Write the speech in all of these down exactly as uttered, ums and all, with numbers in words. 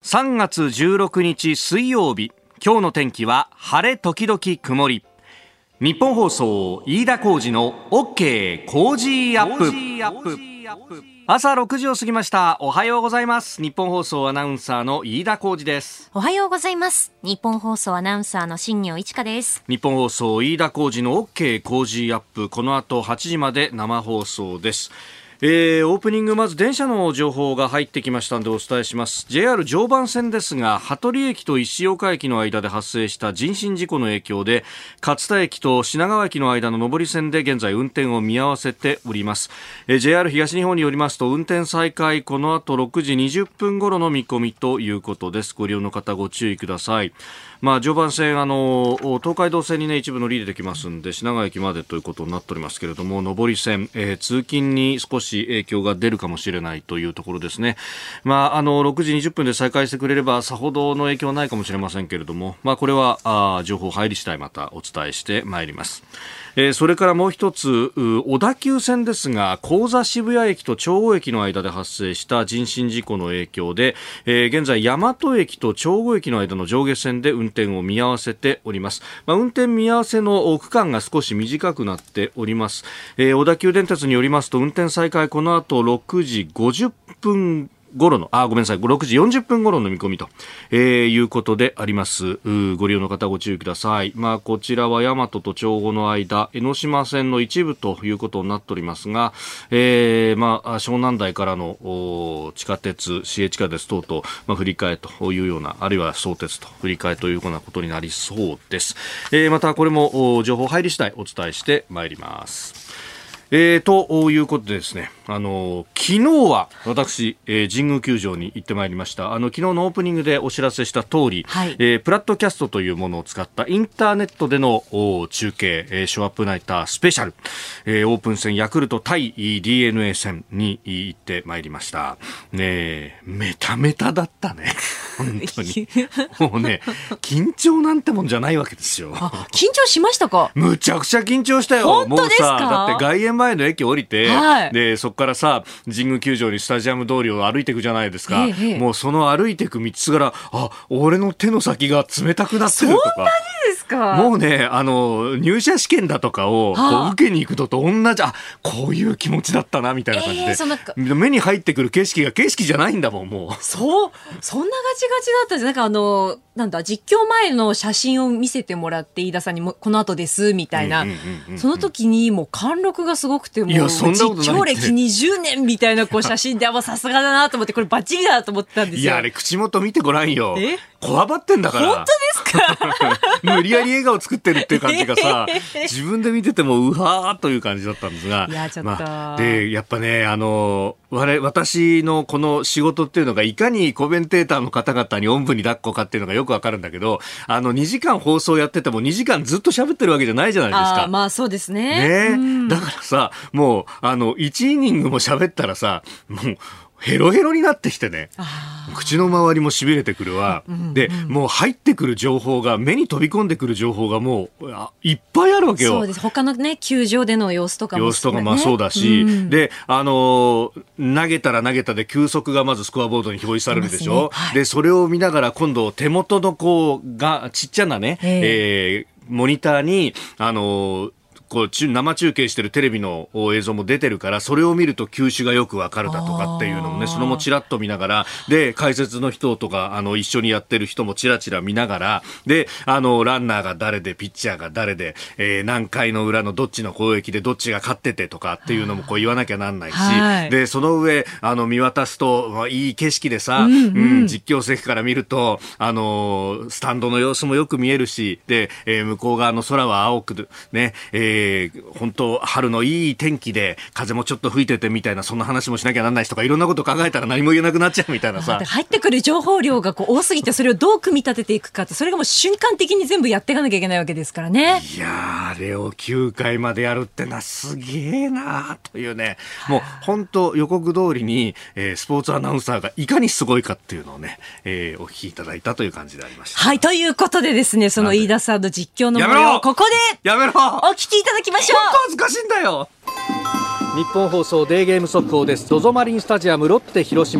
さんがつじゅうろくにち水曜日、今日の天気は晴れ時々曇り。日本放送飯田浩司の OK 工事アップ。朝ろくじを過ぎました。おはようございます。日本放送アナウンサーの飯田浩司です。 おはようございます。日本放送アナウンサーの新業一華です。 日本放送飯田浩司の OK 工事アップ、この後はちじまで生放送です。えー、オープニング、まず電車の情報が入ってきましたのでお伝えします。 ジェイアール 常磐線ですが、羽鳥駅と石岡駅の間で発生した人身事故の影響で、勝田駅と品川駅の間の上り線で現在運転を見合わせております。えー、ジェイアール 東日本によりますと、運転再開この後ろくじにじゅっぷん頃の見込みということです。ご利用の方ご注意ください。まあ、常磐線、あの東海道線に、ね、一部乗り入れてきますんで、品川駅までということになっておりますけれども、上り線、えー、通勤に少し影響が出るかもしれないというところですね。まあ、あのろくじにじゅっぷんで再開してくれればさほどの影響はないかもしれませんけれども、まあ、これはあ情報入り次第またお伝えしてまいります。えー、それからもう一つ、小田急線ですが、高座渋谷駅と長後駅の間で発生した人身事故の影響で、えー、現在大和駅と長後駅の間の上下線で運転を見合わせております。まあ、運転見合わせの区間が少し短くなっております。えー、小田急電鉄によりますと、運転再開この後ろくじごじゅっぷん頃の、あ、ごめんなさい、ろくじよんじゅっぷん頃の見込みと、えー、いうことであります。ご利用の方ご注意ください。まあ、こちらは大和と長後の間、江ノ島線の一部ということになっておりますが、えー、まあ、湘南台からの地下鉄、市営地下鉄等々、まあ、振り替えというような、あるいは相鉄と振り替えというようなことになりそうです。えー、またこれも情報入り次第お伝えしてまいります。えー、ということでですね、あの昨日は私、えー、神宮球場に行ってまいりました。あの昨日のオープニングでお知らせした通り、はい、えー、プラットキャストというものを使ったインターネットでの中継、えー、ショーアップナイタースペシャル、えー、オープン戦ヤクルト対 ディーエヌエー 戦に行ってまいりました。ね、メタメタだったね本当にもうね、緊張なんてもんじゃないわけですよ。 あ、緊張しましたか？ むちゃくちゃ緊張したよ。 本当ですか？ もうさ、だって外苑前の駅降りて、はい、でそこからさ、神宮球場にスタジアム通りを歩いていくじゃないですか、ええ、もうその歩いていく道すがら、あ、俺の手の先が冷たくなってるとか。 そんなにですか？ もうね、あの入社試験だとかをこう受けに行くとと同じ、あ、こういう気持ちだったなみたいな感じで、えー、その目に入ってくる景色が景色じゃないんだもん。もうそう、そんなガチガチだったんです。なんかあのなんだ、実況前の写真を見せてもらって、飯田さんにもこの後ですみたいな、その時にもう貫禄がすごくて、もう実況歴にじゅうねんみたいなこう写真で、あ、さすがだなと思って、これバッチリだと思ってたんですよ。 いや、あれ口元見てごらんよ。え、こわばってんだから。 本当ですか？ 無理やり笑顔作ってるっていう感じがさ、自分で見ててもうわーという感じだったんですが、 いや、ちょっと、 まあ、でやっぱね、あの我私のこの仕事っていうのがいかにコメンテーターの方々におんぶに抱っこかっていうのがよくわかるんだけど、あのにじかん放送やっててもにじかんずっと喋ってるわけじゃないじゃないですか。 あ、まあそうですね。 ね、うん、だからさ、もうあのいちイニングも喋ったらさ、もうヘロヘロになってきてね、口の周りもしびれてくるわ、うんうん、でもう入ってくる情報が、目に飛び込んでくる情報がもういっぱいあるわけよ。 そうです。他のね、球場での様子とかも、ね、 様子とかまあそうだし、うん、であの投げたら投げたで球速がまずスコアボードに表示されるでしょ、ね、はい、でそれを見ながら今度手元のこうがちっちゃなね、えー、モニターにあのこう生中継してるテレビの映像も出てるから、それを見ると球種がよくわかるだとかっていうのもね、それもちらっと見ながら、で解説の人とかあの一緒にやってる人もちらちら見ながら、であのランナーが誰でピッチャーが誰で、えー、何回の裏のどっちの攻撃でどっちが勝っててとかっていうのもこう言わなきゃなんないし、はい、でその上あの見渡すと、まあ、いい景色でさ、うんうんうん、実況席から見るとあのスタンドの様子もよく見えるし、で、えー、向こう側の空は青くね、えーえー、本当春のいい天気で風もちょっと吹いててみたいな、そんな話もしなきゃなんないしとか、いろんなこと考えたら何も言えなくなっちゃうみたいなさ、 入ってくる情報量がこう多すぎて、それをどう組み立てていくかって、それがもう瞬間的に全部やっていかなきゃいけないわけですからね。 いやー、あれをきゅうかいまでやるってな、すげえなというね、もう本当予告通りに、えー、スポーツアナウンサーがいかにすごいかっていうのをね、えー、お聞きいただいたという感じでありました。 はい、ということでですね、その飯田さんの実況の模様をここでやめろお聞きいただきましょう。 本当恥ずかしいんだよ。日本放送デーゲーム速報です。ゾゾマリンスタジアムロッテ広島、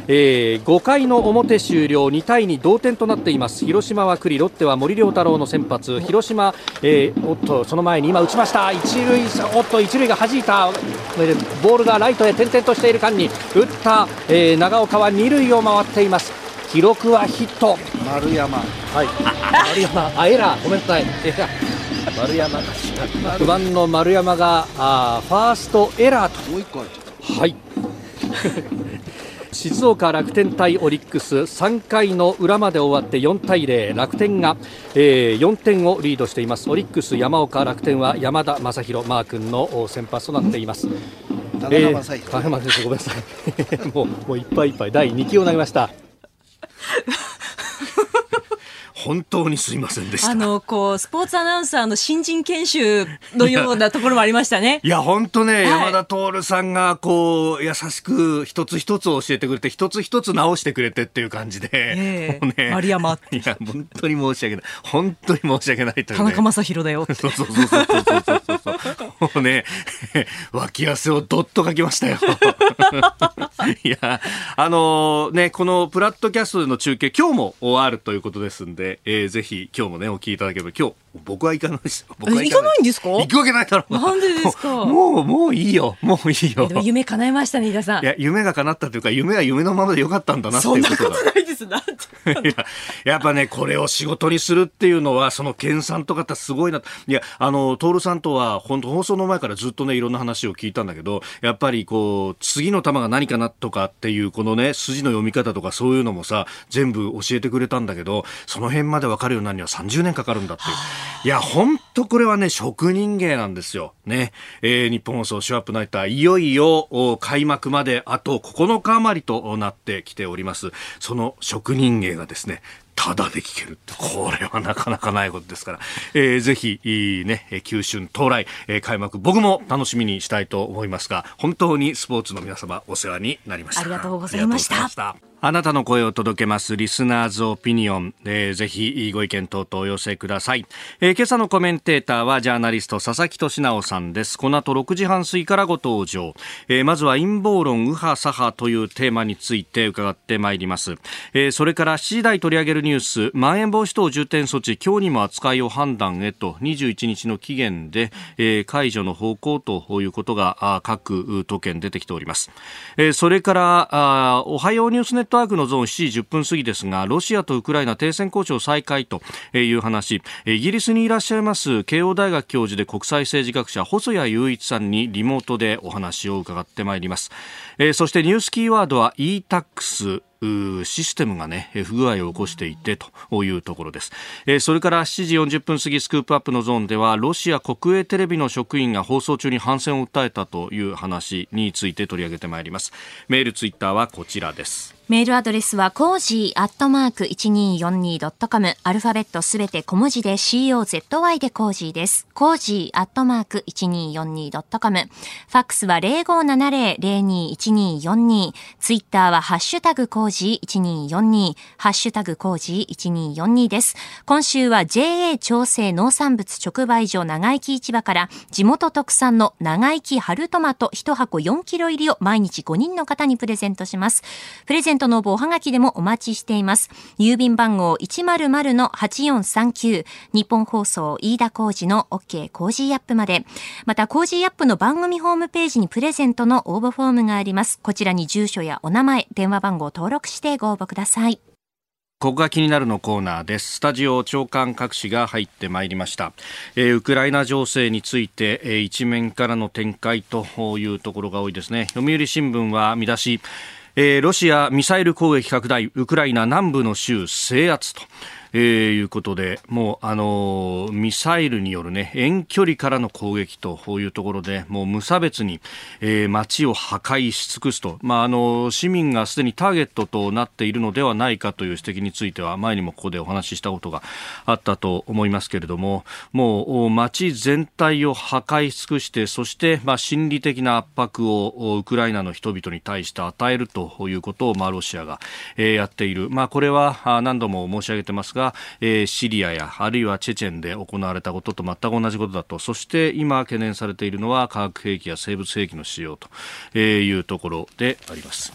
えー、ごかいの表終了、にたいに同点となっています。広島は栗、ロッテは森遼太郎の先発。広島、えー、おっとその前に今打ちました。一塁、おっと一塁が弾いた。ボールがライトへ転々としている間に打った、えー、長岡は二塁を回っています。記録はヒット。 丸山、 はい、丸山、あ、エラー、ごめんなさい、エラー、丸山、きゅうばんの丸山があファーストエラーと。 もう一個ある。 はい。静岡楽天対オリックス、さんかいの裏まで終わってよんたいゼロ、楽天が、えー、よんてんをリードしています。オリックス山岡、楽天は山田正宏マー君の先発となっています。 田中正宏、 えー、田中正宏、ごめんなさい。もう、もういっぱいいっぱいだいにきを投げました。本当にすいませんでした。 あのこうスポーツアナウンサーの新人研修のようなところもありましたね。 いや本当ね、はい、山田徹さんがこう優しく一つ一つ教えてくれて、一つ一つ直してくれてっていう感じで、えー、もうね、丸山、 いや本当に申し訳ない、本当に申し訳ないという、ね、 田中正宏だよって。 そうそうそうそうそうそうそうもうね、脇汗をどっとかきましたよ。いやあのー、ね、このプラットキャストでの中継今日もあるということですんで、えー、ぜひ今日もねお聞きいただければ。今日僕は行かないです。僕は行かないんですか？ 行くわけないだろう。 なんでですか？ もうもういいよ、もういいよ。 でも夢叶えましたね、飯田さん。 いや夢が叶ったというか、夢は夢のままでよかったんだなっていうことが。 そんなことないです。なんていややっぱね、これを仕事にするっていうのは、その研鑽とかってすごいな。いやあの徹さんとは本当放送の前からずっとねいろんな話を聞いたんだけど、やっぱりこう次の球が何かなとかっていうこのね筋の読み方とかそういうのもさ全部教えてくれたんだけど、その辺まで分かるようになるにはさんじゅうねんかかるんだっていう。いや本当これはね職人芸なんですよね。えー、日本放送ショーアップナイター、いよいよ開幕まであとここのか余りとなってきております。その職人芸がですねただで聞けるって、これはなかなかないことですから、えー、ぜひいいね球春到来、えー、開幕僕も楽しみにしたいと思いますが、本当にスポーツの皆様お世話になりました。 ありがとうございました。 あなたの声を届けますリスナーズオピニオン、えー、ぜひご意見等々お寄せください。えー、今朝のコメンテーターはジャーナリスト佐々木俊直さんです。この後ろくじはん過ぎからご登場。えー、まずは陰謀論右派左派というテーマについて伺ってまいります。えー、それからしちじ台取り上げるニュース、まん延防止等重点措置今日にも扱いを判断へとにじゅういちにちの期限で、えー、解除の方向ということが各都県出てきております。えー、それからあおはようニュースネットワークのゾーンしちじじゅっぷん過ぎですが、ロシアとウクライナ停戦交渉再開という話、イギリスにいらっしゃいます慶応大学教授で国際政治学者細谷雄一さんにリモートでお話を伺ってまいります。えー、そしてニュースキーワードは イータックスシステムがね不具合を起こしていてというところです。えー、それからしちじよんじゅっぷん過ぎスクープアップのゾーンではロシア国営テレビの職員が放送中に反戦を訴えたという話について取り上げてまいります。メールツイッターはこちらです。 メールアドレスはコージーアットマーク いちにーよんにードットコム、 アルファベットすべて小文字で シーオーゼットワイ でコージーです。コージーアットマーク いちにーよんにードットコム、 ファックスは ゼロごーななゼロ ゼロにーいちにーよんにー、ツイッターはハッシュタグコージーいちにーよんにー、ハッシュタグコージーいちにーよんにーです。今週は ジェーエー 調整農産物直売所長生市場から地元特産の長生春トマトいちはこよんキロ入りを毎日ごにんの方にプレゼントします。プレゼントの応募おはがきでもお待ちしています。郵便番号 いちまるまるのはちよんさんきゅう、日本放送飯田浩司の OK コージーアップまで。またコージーアップの番組ホームページにプレゼントの応募フォームがあります。こちらに住所やお名前、電話番号を登録してご応募ください。 ここが気になるのコーナーです。スタジオ長官各紙が入ってまいりました。えー、ウクライナ情勢について、えー、一面からの展開というところが多いですね。読売新聞は見出し、えー、ロシアミサイル攻撃拡大、ウクライナ南部の州制圧と、えー、いうことで、もうあのー、ミサイルによるね遠距離からの攻撃というところで、もう無差別に、えー、街を破壊し尽くすと、まああのー、市民がすでにターゲットとなっているのではないかという指摘については前にもここでお話ししたことがあったと思いますけれども、もう街全体を破壊し尽くして、そして、まあ、心理的な圧迫をウクライナの人々に対して与えるということを、まあ、ロシアが、えー、やっている、まあ、これは何度も申し上げてますが、えー、シリアやあるいはチェチェンで行われたことと全く同じことだと。そして今懸念されているのは化学兵器や生物兵器の使用というところであります。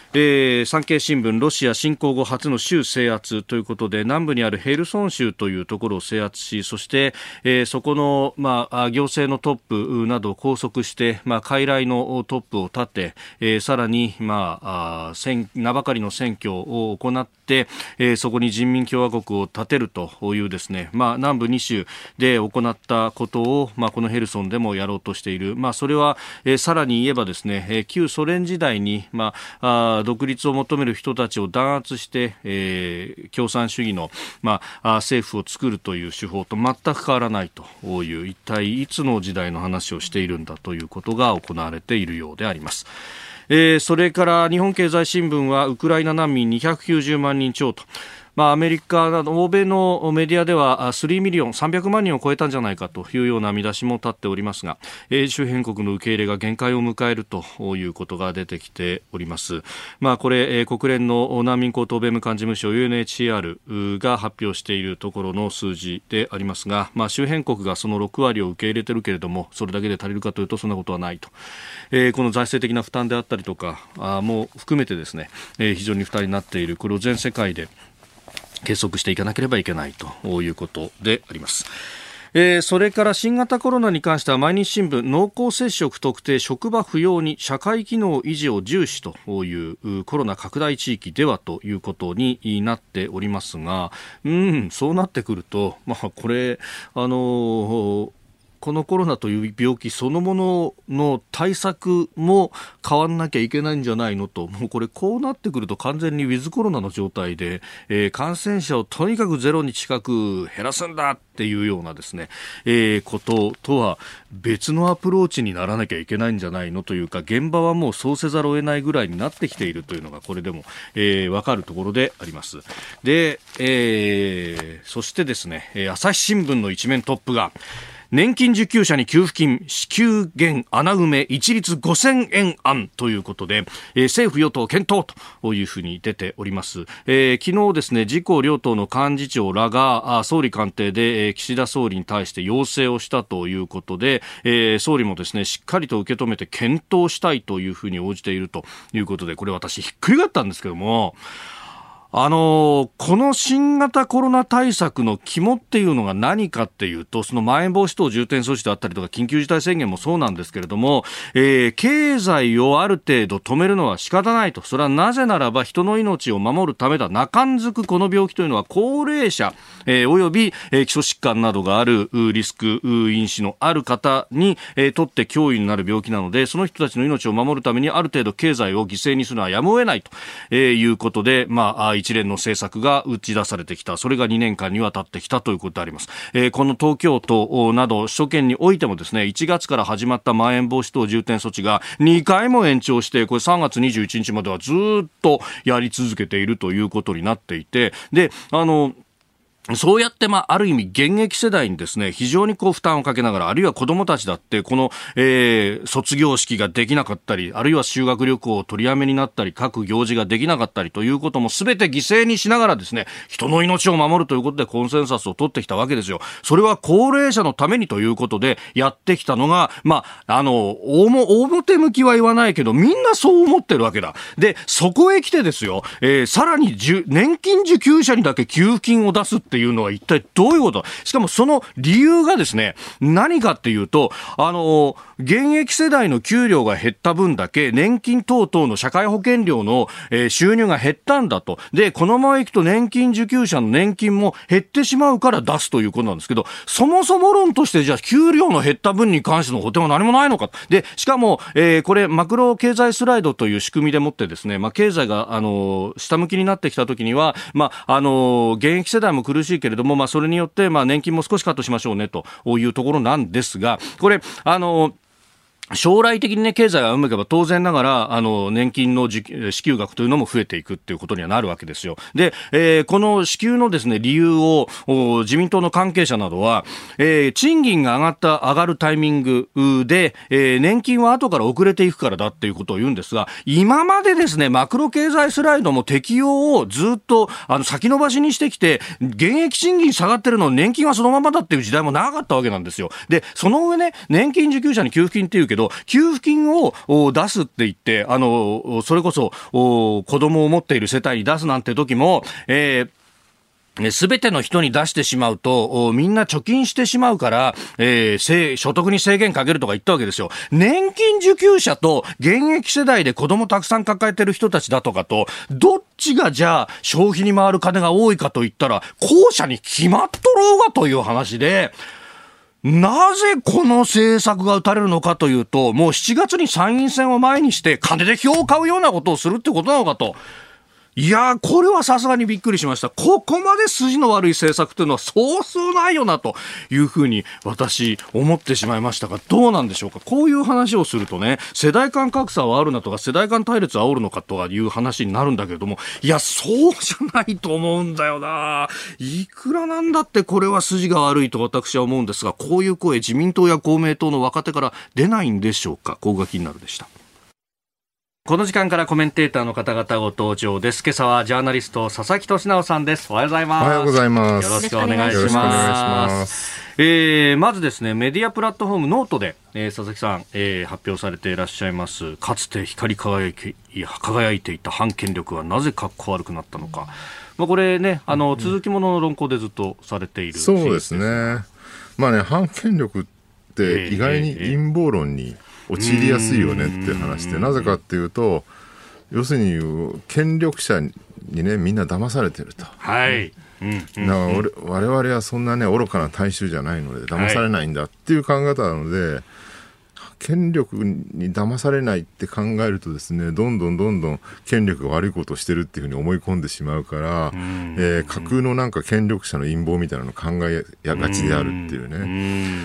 えー、産経新聞、ロシア侵攻後初の州制圧ということで、南部にあるヘルソン州というところを制圧し、そして、えー、そこの、まあ、行政のトップなどを拘束して、まあ、傀儡のトップを立て、えー、さらに、まあ、あ名ばかりの選挙を行って、えー、そこに人民共和国を立てるというですね、まあ、南部に州で行ったことを、まあ、このヘルソンでもやろうとしている。まあ、それは、えー、さらに言えばですね、えー、旧ソ連時代に、まあ、あ独立を求める人たちを弾圧して、えー、共産主義の、まあ、政府を作るという手法と全く変わらないという、一体いつの時代の話をしているんだということが行われているようであります。えー、それから日本経済新聞はウクライナ難民にひゃくきゅうじゅうまんにん超と、まあ、アメリカなど欧米のメディアではさんミリオンさんびゃくまんにんを超えたんじゃないかというような見出しも立っておりますが、えー、周辺国の受け入れが限界を迎えるということが出てきております。まあ、これ、えー、国連の難民高等弁務官事務所 ユーエヌエイチシーアール が発表しているところの数字でありますが、まあ、周辺国がそのろくわりを受け入れているけれども、それだけで足りるかというとそんなことはないと、えー、この財政的な負担であったりとかあも含めてですね、えー、非常に負担になっている。これを全世界で結束していかなければいけないということであります。えー、それから新型コロナに関しては毎日新聞、濃厚接触特定職場不要に社会機能維持を重視というコロナ拡大地域ではということになっておりますが、うんそうなってくると、まあ、これあのーこのコロナという病気そのものの対策も変わんなきゃいけないんじゃないのと、もうこれこうなってくると完全にウィズコロナの状態で、えー、感染者をとにかくゼロに近く減らすんだっていうようなですね、えー、こととは別のアプローチにならなきゃいけないんじゃないのというか、現場はもうそうせざるを得ないぐらいになってきているというのがこれでも、えー、分かるところであります。で、えー、そしてですね、朝日新聞の一面トップが年金受給者に給付金支給減穴埋め一律ごせんえん案ということで、えー、政府与党検討というふうに出ております。えー、昨日ですね、自公両党の幹事長らが総理官邸で、えー、岸田総理に対して要請をしたということで、えー、総理もですねしっかりと受け止めて検討したいというふうに応じているということで、これ私ひっくり返ったんですけども、あのこの新型コロナ対策の肝っていうのが何かっていうと、そのまん延防止等重点措置であったりとか緊急事態宣言もそうなんですけれども、えー、経済をある程度止めるのは仕方ないと。それはなぜならば人の命を守るためだ。中んづくこの病気というのは高齢者、えー、および、えー、基礎疾患などがあるリスク因子のある方に、えー、とって脅威になる病気なので、その人たちの命を守るためにある程度経済を犠牲にするのはやむを得ないと、えー、いうことで、まあ一連の政策が打ち出されてきた。それがにねんかんにわたってきたということであります。えー、この東京都など首都圏においてもですね、いちがつから始まったまん延防止等重点措置がにかいも延長して、これさんがつにじゅういちにちまではずっとやり続けているということになっていて、で、あのそうやって、まあ、ある意味現役世代にですね、非常にこう負担をかけながら、あるいは子供たちだって、この、えー、卒業式ができなかったり、あるいは修学旅行を取りやめになったり、各行事ができなかったりということも全て犠牲にしながらですね、人の命を守るということでコンセンサスを取ってきたわけですよ。それは高齢者のためにということでやってきたのが、まあ、あの、表向きは言わないけど、みんなそう思ってるわけだ。で、そこへ来てですよ、えー、さらに年金受給者にだけ給付金を出すっていうのは一体どういうこと？しかもその理由がですね、何かっていうと、あの現役世代の給料が減った分だけ年金等々の社会保険料の、えー、収入が減ったんだと。で、このままいくと年金受給者の年金も減ってしまうから出すということなんですけど、そもそも論としてじゃあ給料の減った分に関しての補填は何もないのか。で、しかも、えー、これマクロ経済スライドという仕組みでもってですね、まあ、経済があの下向きになってきたときには、まあ、あの現役世代も苦しいけれども、まあ、それによって、まあ、年金も少しカットしましょうねというところなんですが、これあの将来的にね、経済がうまくいけば当然ながら、あの、年金の支給額というのも増えていくっていうことにはなるわけですよ。で、えー、この支給のですね、理由を、自民党の関係者などは、えー、賃金が上がった、上がるタイミングで、えー、年金は後から遅れていくからだっていうことを言うんですが、今までですね、マクロ経済スライドも適用をずっと、あの、先延ばしにしてきて、現役賃金下がってるのに年金はそのままだっていう時代も長かったわけなんですよ。で、その上ね、年金受給者に給付金っていうけど、 ど、給付金を出すって言って、あの、それこそ子供を持っている世帯に出すなんて時も、えーすべての人に出してしまうとみんな貯金してしまうから、えー、所得に制限かけるとか言ったわけですよ。年金受給者と現役世代で子供たくさん抱えてる人たちだとかとどっちがじゃあ消費に回る金が多いかと言ったら後者に決まっとろうがという話で、なぜこの政策が打たれるのかというと、もうしちがつに参院選を前にして金で票を買うようなことをするってことなのかと。いやー、これはさすがにびっくりしました。ここまで筋の悪い政策というのはそうそうないよなというふうに私思ってしまいましたが、どうなんでしょうか。こういう話をするとね、世代間格差はあるなとか世代間対立はあるのかとかいう話になるんだけれども、いやそうじゃないと思うんだよな。いくらなんだってこれは筋が悪いと私は思うんですが、こういう声自民党や公明党の若手から出ないんでしょうか。ここが気になるでした。この時間からコメンテーターの方々ご登場です。今朝はジャーナリスト佐々木俊直さんです。おはようございます。 おはようございます。 よろしくお願いします。えー、まずですね、メディアプラットフォームノートで、えー、佐々木さん、えー、発表されていらっしゃいます。かつて光り輝いて、輝いていた反権力はなぜかっこ悪くなったのか。まあ、これね、あの続きものの論考でずっとされている。 そうですね。まあね、反権力って意外に陰謀論に陥りやすいよねって話で、なぜかっていうと、要するに権力者にねみんな騙されてると、 はい、うんうんうん、 だから我々はそんなね愚かな大衆じゃないので騙されないんだっていう考え方なので、はい、権力に騙されないって考えるとですね、どんどんどんどん権力が悪いことをしてるっていうふうに思い込んでしまうから、うんえー、架空のなんか権力者の陰謀みたいなのを考えやがちであるっていうね、うん、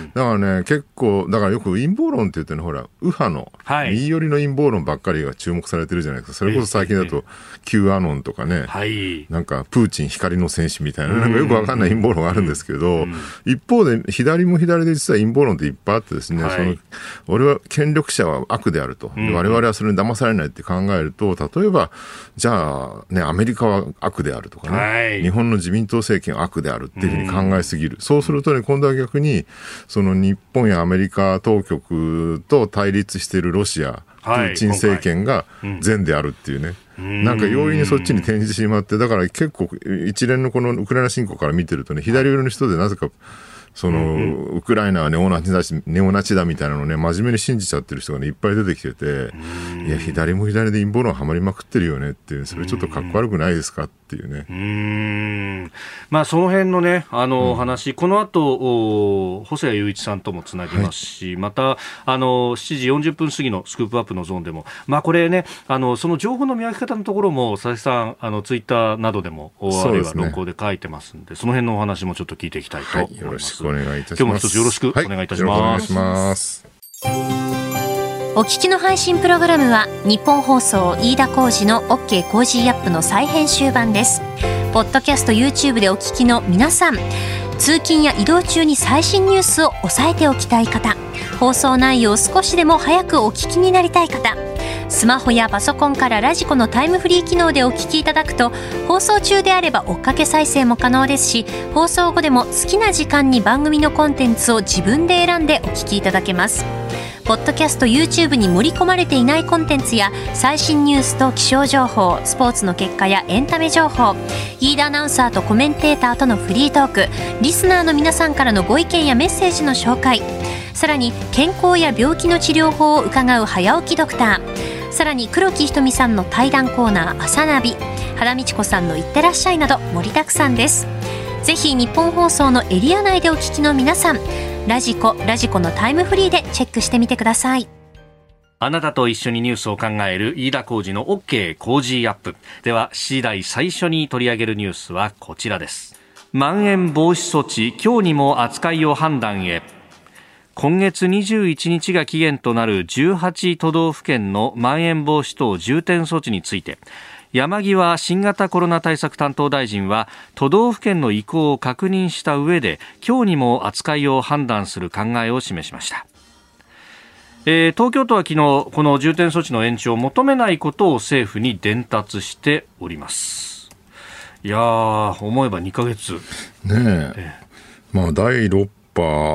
だからね結構だからよく陰謀論って言ってね、ほら右派の、はい、右寄りの陰謀論ばっかりが注目されてるじゃないですか。それこそ最近だと Q アノンとかね、はい、なんかプーチン光の戦士みたいな、なんかよくわかんない陰謀論があるんですけど、うん、一方で左も左で実は陰謀論っていっぱいあってですね、はい、その俺は権力者は悪であると、で我々はそれに騙されないって考えると、例えばじゃあねアメリカは悪であるとかね、はい、日本の自民党政権は悪であるっていうふうに考えすぎる、うん、そうするとね今度は逆にその日本やアメリカ当局と対立しているロシア、はい、プーチン政権が善であるっていうね、うん、なんか容易にそっちに転じてしまって、だから結構一連のこのウクライナ侵攻から見てるとね、左寄りの人でなぜかその、うん、ウクライナはネオナチだし、ネオナチだみたいなのをね、真面目に信じちゃってる人がね、いっぱい出てきてて、いや、左も左で陰謀論はまりまくってるよねっていう、それちょっとかっこ悪くないですかっていうね。 うーん。まあ、その辺のね、あの、うん、話、この後、細谷雄一さんともつなぎますし、はい、また、あの、しちじよんじゅっぷん過ぎのスクープアップのゾーンでも、まあ、これね、あの、その情報の見分け方のところも、佐々木さん、あの、ツイッターなどでも、あるいは論考で書いてますんで、その辺のお話もちょっと聞いていきたいと思います。はい、よろしくお願いいたします。 今日も一つよろしくお願いいたします。はい、お願いします。 お聞きの配信プログラムは日本放送飯田浩司の OK コージーアップの再編集版です。ポッドキャスト YouTube でお聞きの皆さん、通勤や移動中に最新ニュースを押さえておきたい方、放送内容を少しでも早くお聞きになりたい方、スマホやパソコンからラジコのタイムフリー機能でお聞きいただくと、放送中であれば追っかけ再生も可能ですし、放送後でも好きな時間に番組のコンテンツを自分で選んでお聞きいただけます。ポッドキャスト YouTube に盛り込まれていないコンテンツや最新ニュースと気象情報、スポーツの結果やエンタメ情報、飯田アナウンサーとコメンテーターとのフリートーク、リスナーの皆さんからのご意見やメッセージの紹介、さらに健康や病気の治療法を伺う早起きドクター、さらに黒木ひとみさんの対談コーナー朝ナビ、原道子さんのいってらっしゃいなど盛りだくさんです。ぜひ日本放送のエリア内でお聞きの皆さん、ラジコ、ラジコのタイムフリーでチェックしてみてください。 あなたと一緒にニュースを考える飯田浩司の OK 工事アップでは、しちじ台最初に取り上げるニュースはこちらです。まん延防止措置今日にも扱いを判断へ。今月にじゅういちにちが期限となるじゅうはち都道府県のまん延防止等重点措置について、山際新型コロナ対策担当大臣は都道府県の意向を確認した上で、今日にも扱いを判断する考えを示しました。えー、東京都は昨日この重点措置の延長を求めないことを政府に伝達しております。いやー、思えばにかげつねえ、ええ、まあ第ろっ波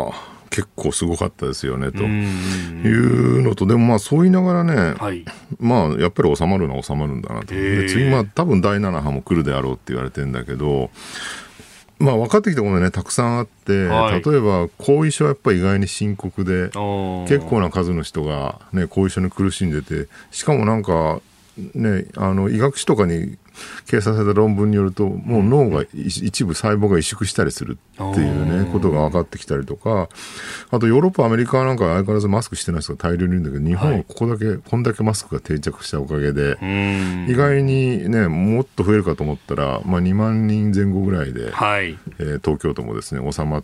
結構すごかったですよねというのと、でもまあそう言いながらね、はい、まあやっぱり収まるのは収まるんだなと。で次まあ多分だいなな波も来るであろうって言われてるんだけど、まあ分かってきたことねたくさんあって、はい、例えば後遺症はやっぱり意外に深刻で結構な数の人が、ね、後遺症に苦しんでて、しかもなんかね、あの医学誌とかに掲載された論文によるともう脳が一部細胞が萎縮したりするっていうねことが分かってきたりとか、あとヨーロッパアメリカなんかは相変わらずマスクしてない人が大量にいるんだけど、日本はここだけ、はい、こんだけマスクが定着したおかげで意外にねもっと増えるかと思ったら、まあ、にまんにんぜん後ぐらいで、はい、えー、東京都もですね収まって、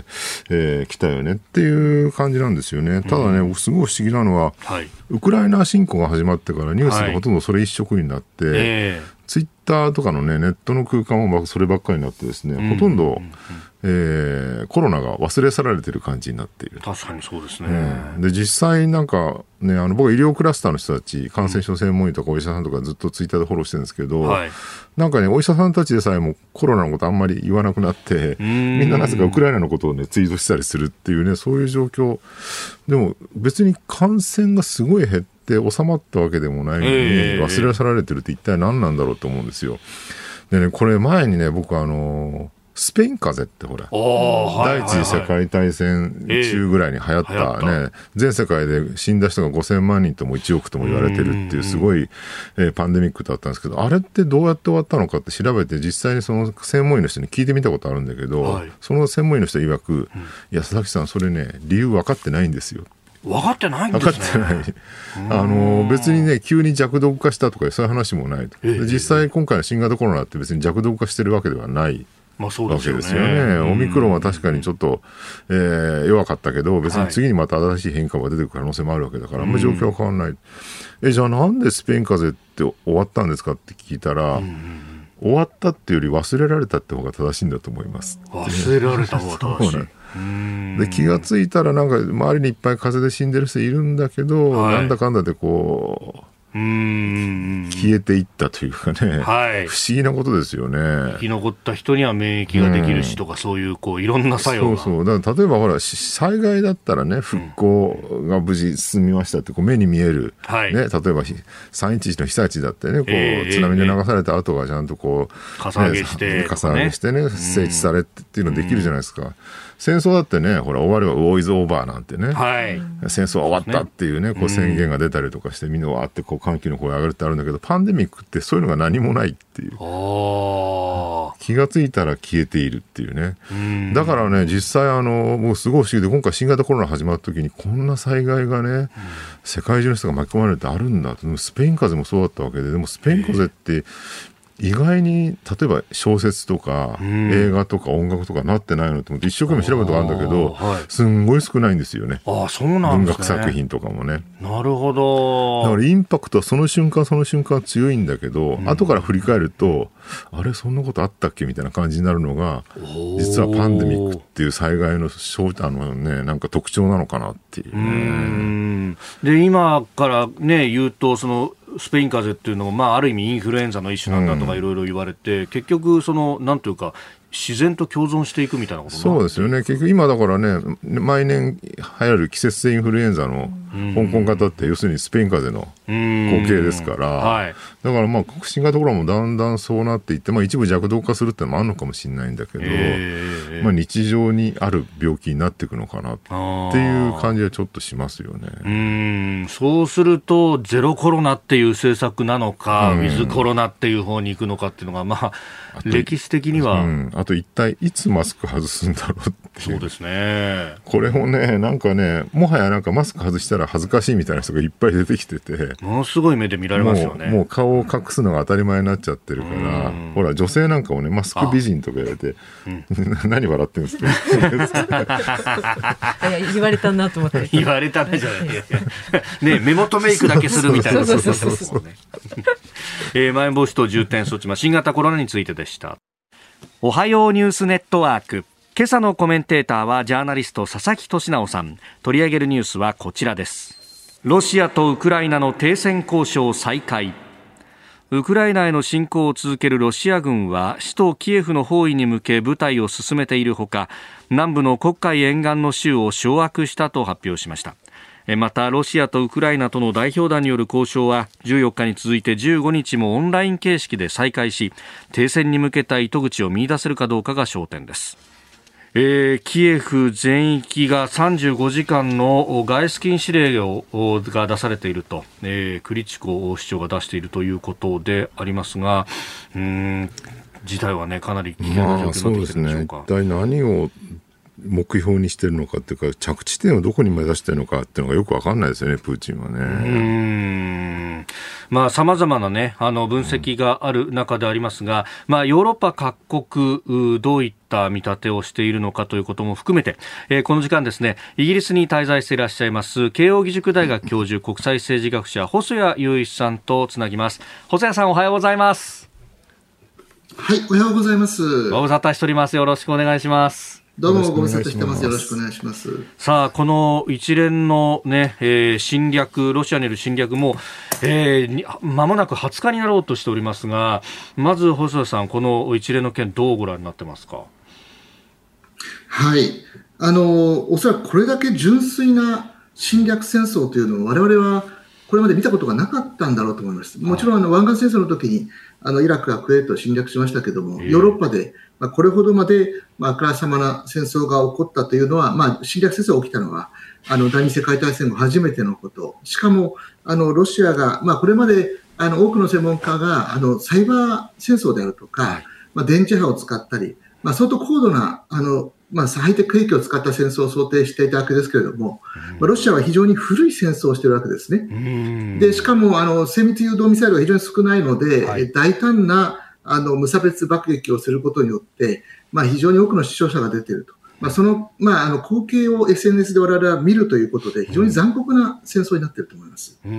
えー、来たよねっていう感じなんですよね。ただねすごい不思議なのは、はい、ウクライナ侵攻が始まってからニュースがほとんどそれ一色になって、はい、えーツイッターとかの、ね、ネットの空間もそればっかりになってですね、うん、ほとんど、えー、コロナが忘れ去られている感じになっている。 確かにそうですね。 えー、で実際なんか、ね、あの僕は医療クラスターの人たち感染症専門医とかお医者さんとかずっとツイッターでフォローしてるんですけど、はい、なんかねお医者さんたちでさえもコロナのことあんまり言わなくなってみんななぜかウクライナのことを、ね、ツイートしたりするっていうねそういう状況でも別に感染がすごい減ってで収まったわけでもないのに忘れ去られてるって一体何なんだろうと思うんですよ。でねこれ前にね僕あのスペイン風邪ってほら第一次世界大戦中ぐらいに流行ったね全世界で死んだ人がごせんまんにんともいちおくとも言われてるっていうすごいえパンデミックだったんですけど、あれってどうやって終わったのかって調べて実際にその専門医の人に聞いてみたことあるんだけど、はい、その専門医の人曰く、いや佐々木さんそれね理由分かってないんですよ。 分かってないんですね。 分かってない。あの別にね急に弱毒化したとかそういう話もないと。で実際今回の新型コロナって別に弱毒化してるわけではないわけですよね。オミクロンは確かにちょっと、えー、弱かったけど別に次にまた新しい変異株が出てくる可能性もあるわけだから、はい、あんまり状況は変わらない。えじゃあなんでスペイン風邪って終わったんですかって聞いたら、終わったっていうより忘れられたって方が正しいんだと思います。 忘れられた方が正しい。 で気がついたらなんか周りにいっぱい風邪で死んでる人いるんだけど、はい、なんだかんだでこううーん消えていったというかね、はい、不思議なことですよね。 生き残った人には免疫ができるしとか、うん、そういうこういろんな作用がそうそうだから例えばほら災害だったらね復興が無事進みましたってこう目に見える、はいね、例えばさんいちいちの被災地だってねこう、えー、津波で流された後がちゃんとこうかさ上げして、ね、 かさ上げしてね整地されてっていうのできるじゃないですか。戦争だってねほら終わりはウォーイズオーバーなんてね、はい、戦争は終わったっていうねこう宣言が出たりとかしてみんなわーってこう歓喜の声上がるってあるんだけど、パンデミックってそういうのが何もないっていう、あ気がついたら消えているっていうね。うんだからね実際あのもうすごい不思議で今回新型コロナ始まった時にこんな災害がね、うん、世界中の人が巻き込まれてあるんだと。スペイン風邪もそうだったわけで、でもスペイン風邪って意外に例えば小説とか映画とか音楽とかなってないのと思って一生懸命調べるとかあるんだけど、はい、すんごい少ないんですよね。 あそうなんですね。 文学作品とかもね。 なるほど。 だからインパクトはその瞬間その瞬間強いんだけど、うん、後から振り返るとあれそんなことあったっけみたいな感じになるのが実はパンデミックっていう災害のあの、ね、なんか特徴なのかなっていう、ね、 うんで今からね言うとそのスペイン風邪っていうのも、まあ、ある意味インフルエンザの一種なんだとかいろいろ言われて、うん、結局そのなんというか自然と共存していくみたいなことそうですよね。結局今だからね毎年流行る季節性インフルエンザの香港型って要するにスペイン風邪の後継ですから、はい、だからまあ新型コロナもだんだんそうなっていって、まあ、一部弱毒化するってのもあるのかもしれないんだけど、えーまあ、日常にある病気になっていくのかなっていう感じはちょっとしますよね。 うーんそうするとゼロコロナっていう政策なのか、ウィズコロナっていう方に行くのかっていうのが、まあ、歴史的には、うん、 あと一体いつマスク外すんだろうっていう。 そうですね。 これもねなんかねもはやなんかマスク外したら恥ずかしいみたいな人がいっぱい出てきててものすごい目で見られますよね。 もう、もう顔を隠すのが当たり前になっちゃってるからほら女性なんかもねマスク美人とか言われて、うん、何笑ってるんですかいや言われたなと思って言われたなじゃないね目元メイクだけするみたいな。そうそうそうそうまん延防止等重点措置、新型コロナについてでした。おはようニュースネットワーク、今朝のコメンテーターはジャーナリスト佐々木俊直さん。取り上げるニュースはこちらです。ロシアとウクライナの停戦交渉再開。 ウクライナへの侵攻を続けるロシア軍は首都キエフの包囲に向け部隊を進めているほか、南部の黒海沿岸の州を掌握したと発表しました。またロシアとウクライナとの代表団による交渉はじゅうよっかに続いてじゅうごにちもオンライン形式で再開し、停戦に向けた糸口を見出せるかどうかが焦点です。えー、キエフ全域がさんじゅうごじかんの外出禁止令をが出されていると、えー、クリチコ市長が出しているということでありますが、うーん事態はねかなり危険な状況になってきているんでしょうか。 まあ、そうですね、一体何を目標にしているのかというか、着地点をどこに目指しているのかっていうのがよく分かんないですよね、プーチンはね。うーん、まあ、様々なね、あの分析がある中でありますが、うん、まあ、ヨーロッパ各国どういった見立てをしているのかということも含めて、えー、この時間ですね、イギリスに滞在していらっしゃいます慶應義塾大学教授、国際政治学者細谷雄一さんとつなぎます。細谷さん、おはようございます。 はい、おはようございます。 ご無沙汰しております。よろしくお願いします。 どうもご無沙汰してます。よろしくお願いします。 さあ、この一連の、ねえー、侵略、ロシアによる侵略も、えー、間もなくはつかになろうとしておりますが、まず細谷さん、この一連の件どうご覧になってますか。 はい、あのおそらくこれだけ純粋な侵略戦争というのを我々はこれまで見たことがなかったんだろうと思います。もちろんあの湾岸戦争の時にあのイラクがクウェートを侵略しましたけども、ヨーロッパでまあ、これほどまで、まあ、あからさまな戦争が起こったというのは、まあ、侵略戦争が起きたのは、あの、第二次世界大戦後初めてのこと。しかも、あの、ロシアが、まあ、これまで、あの、多くの専門家が、あの、サイバー戦争であるとか、はい、まあ、電磁波を使ったり、まあ、相当高度な、あの、まあ、ハイテク兵器を使った戦争を想定していたわけですけれども、うん、まあ、ロシアは非常に古い戦争をしているわけですね。うん、で、しかも、あの、精密誘導ミサイルが非常に少ないので、はい、大胆な、あの、無差別爆撃をすることによって、まあ、非常に多くの死傷者が出ていると。まあ、その、まあ、あの、光景を エスエヌエス で我々は見るということで、非常に残酷な戦争になっていると思います。 うん、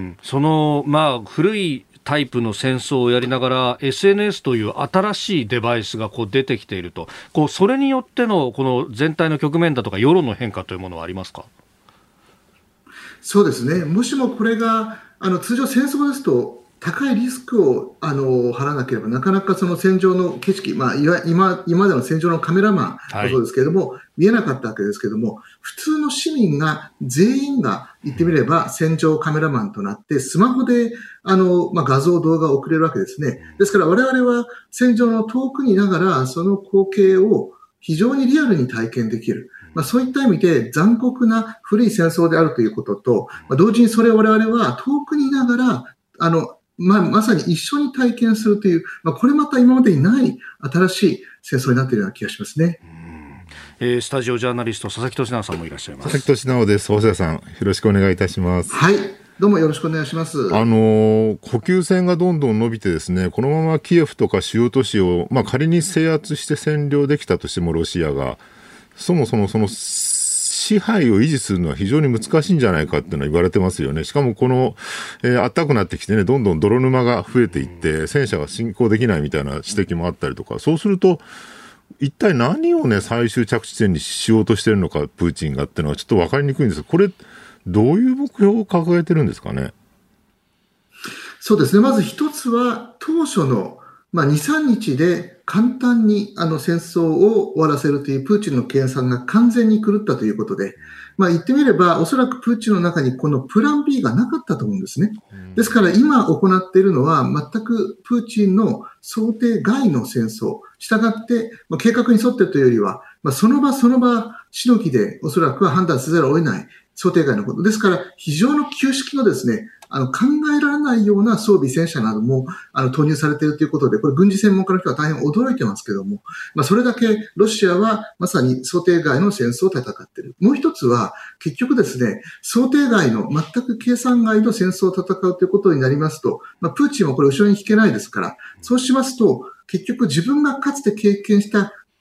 その、まあ、古いタイプの戦争をやりながら エスエヌエス という新しいデバイスがこう出てきていると、こうそれによってのこの全体の局面だとか世論の変化というものはありますか。 そうですね、もしもこれがあの通常戦争ですと高いリスクをあの払わなければなかなかその戦場の景色、まあ、今, 今までの戦場のカメラマンもそうですけれども、はい、見えなかったわけですけれども、普通の市民が全員が言ってみれば戦場カメラマンとなってスマホであの、まあ、画像動画を送れるわけですね。ですから我々は戦場の遠くにいながらその光景を非常にリアルに体験できる。まあ、そういった意味で残酷な古い戦争であるということと、まあ、同時にそれを我々は遠くにいながらあのまあ、まさに一緒に体験するという、まあ、これまた今までにない新しい戦争になっているような気がしますね。 うん、えー、スタジオジャーナリスト佐々木俊直さんもいらっしゃいます。 佐々木俊直です。細谷さん、よろしくお願いいたします。 はい、どうもよろしくお願いします。 あの補給線がどんどん伸びてですね、このままキエフとか主要都市を、まあ、仮に制圧して占領できたとしてもロシアがそもそもその支配を維持するのは非常に難しいんじゃないかっていうのは言われてますよね。しかもこの、えー、暖かくなってきてね、どんどん泥沼が増えていって戦車が進行できないみたいな指摘もあったりとか、そうすると一体何をね最終着地点にしようとしているのかプーチンがっていうのはちょっと分かりにくいんですが、これどういう目標を掲げてるんですかね。 そうですね、まず一つは当初の、まあ、に、さんにちで簡単にあの戦争を終わらせるというプーチンの計算が完全に狂ったということで、まあ、言ってみればおそらくプーチンの中にこのプラン B がなかったと思うんですね。ですから今行っているのは全くプーチンの想定外の戦争。したがって、まあ、計画に沿ってというよりは、まあ、その場その場しのぎでおそらくは判断せざるを得ない想定外のこと。ですから非常の旧式のですね、あの考えられないような装備戦車などもあの投入されているということで、これ軍事専門家の人は大変驚いてますけども、まあ、それだけロシアはまさに想定外の戦争を戦っている。もう一つは結局ですね、想定外の全く計算外の戦争を戦うということになりますと、まあ、プーチンはこれ後ろに引けないですから、そうしますと結局自分がかつて経験した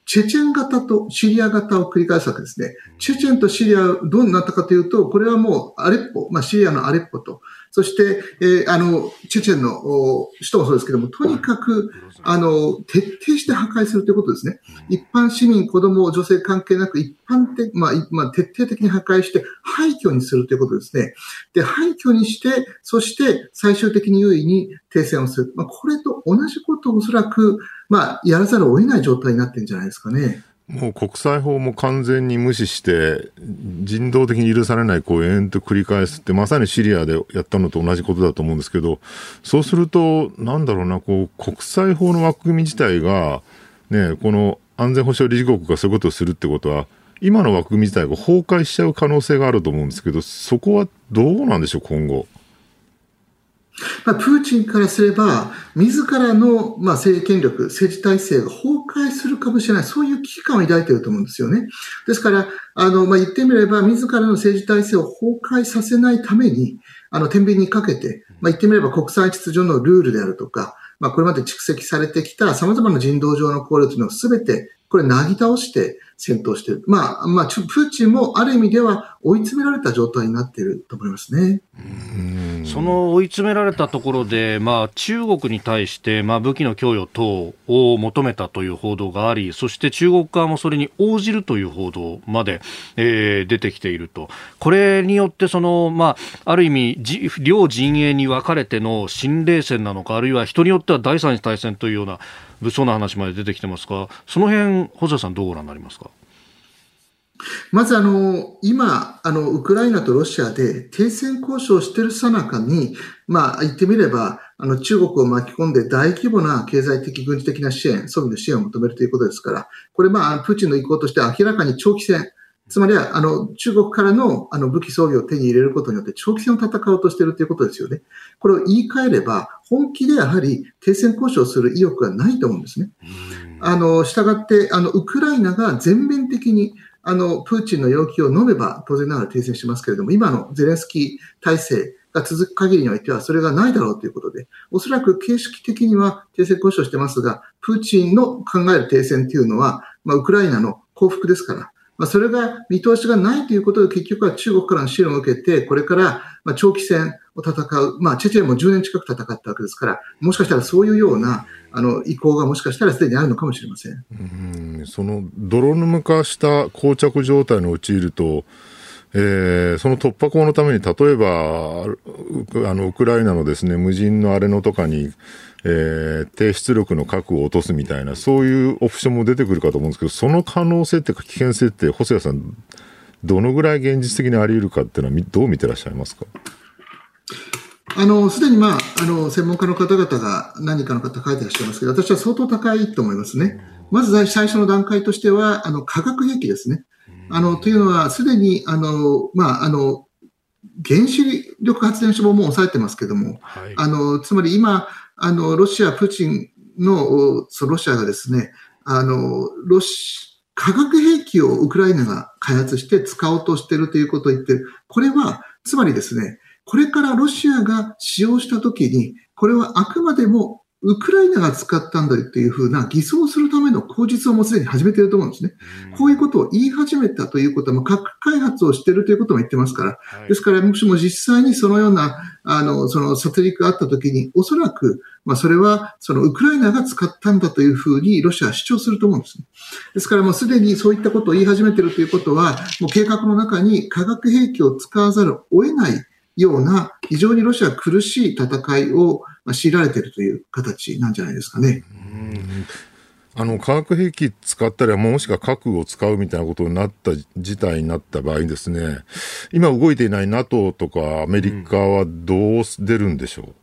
チェチェン型とシリア型を繰り返すわけですね。チェチェンとシリアはどうなったかというと、これはもうアレッポ、まあ、シリアのアレッポと、そして、えー、あの、チェチェンの首都もそうですけども、とにかく、あの、徹底して破壊するということですね。一般市民、子供、女性関係なく、一般的、まあ、まあ、徹底的に破壊して、廃墟にするということですね。で、廃墟にして、そして最終的に優位に停戦をする。まあ、これと同じことをおそらく、まあ、やらざるを得ない状態になってるんじゃないですかね。 もう国際法も完全に無視して人道的に許されない行為を延々と繰り返すってまさにシリアでやったのと同じことだと思うんですけど、そうするとなんだろうな、こう国際法の枠組み自体が、ね、この安全保障理事国がそういうことをするってことは今の枠組み自体が崩壊しちゃう可能性があると思うんですけど、そこはどうなんでしょう今後。 まあ、プーチンからすれば、自らの、まあ、政権力、政治体制が崩壊するかもしれない、そういう危機感を抱いていると思うんですよね。ですから、あの、まあ、言ってみれば、自らの政治体制を崩壊させないために、あの、天秤にかけて、まあ、言ってみれば国際秩序のルールであるとか、まあ、これまで蓄積されてきた様々な人道上の考慮というのをすべて、これ、なぎ倒して戦闘している。まあ、まあ、プーチンもある意味では追い詰められた状態になっていると思いますね。 うん、その追い詰められたところで、まあ、中国に対して、まあ、武器の供与等を求めたという報道があり、そして中国側もそれに応じるという報道まで、えー、出てきていると。これによってその、まあ、ある意味両陣営に分かれての新冷戦なのか、あるいは人によっては第三次大戦というような物騒な話まで出てきてますが、その辺細谷さんどうご覧になりますか。 まずあの、今、あの、ウクライナとロシアで停戦交渉をしている最中に、まあ、言ってみれば、あの、中国を巻き込んで大規模な経済的、軍事的な支援、装備の支援を求めるということですから、これまあ、プーチンの意向として明らかに長期戦、つまりは、あの、中国からの、あの、武器装備を手に入れることによって長期戦を戦おうとしているということですよね。これを言い換えれば、本気でやはり停戦交渉する意欲がないと思うんですね。あの、従って、あの、ウクライナが全面的に、あの、プーチンの要求を飲めば当然ながら停戦しますけれども、今のゼレンスキー体制が続く限りにおいてはそれがないだろうということで、おそらく形式的には停戦交渉してますが、プーチンの考える停戦というのは、まあ、ウクライナの降伏ですから、まあ、それが見通しがないということで結局は中国からの支援を受けて、これからまあ長期戦を戦う、まあ、チェチェンもじゅうねん近く戦ったわけですから、もしかしたらそういうようなあの意向がもしかしたらすでにあるのかもしれません。 うん、その泥沼化した膠着状態に陥ると、えー、その突破口のために例えばあのウクライナのですね無人のあれのとかに、えー、低出力の核を落とすみたいなそういうオプションも出てくるかと思うんですけど、その可能性っていうか危険性って細谷さんどのぐらい現実的にあり得るかっていうのはどう見てらっしゃいますか。 あの、すでにまあ、あの、専門家の方々が何かの方書いてらっしゃいますけど、私は相当高いと思いますね。まず最初の段階としては、あの、化学兵器ですね。あの、というのは、すでに、あの、まあ、あの、原子力発電所ももう抑えてますけども、はい、あの、つまり今、あの、ロシア、プーチンの、そう、ロシアがですね、あの、ロシ、化学兵器をウクライナが開発して使おうとしているということを言ってる。これは、つまりですね、これからロシアが使用したときに、これはあくまでもウクライナが使ったんだというふうな偽装するための口実をもうすでに始めていると思うんですね。こういうことを言い始めたということは、核開発をしているということも言ってますから。はい、ですから、もしも実際にそのような、あの、その殺戮があったときに、おそらく、まあ、それは、そのウクライナが使ったんだというふうにロシアは主張すると思うんですね。ですから、もうすでにそういったことを言い始めているということは、もう計画の中に化学兵器を使わざるを得ないような非常にロシアは苦しい戦いを強いられているという形なんじゃないですかね。 うんあの化学兵器使ったりもしくは核を使うみたいなことになった事態になった場合ですね、今動いていない NATO とかアメリカはどう出るんでしょう。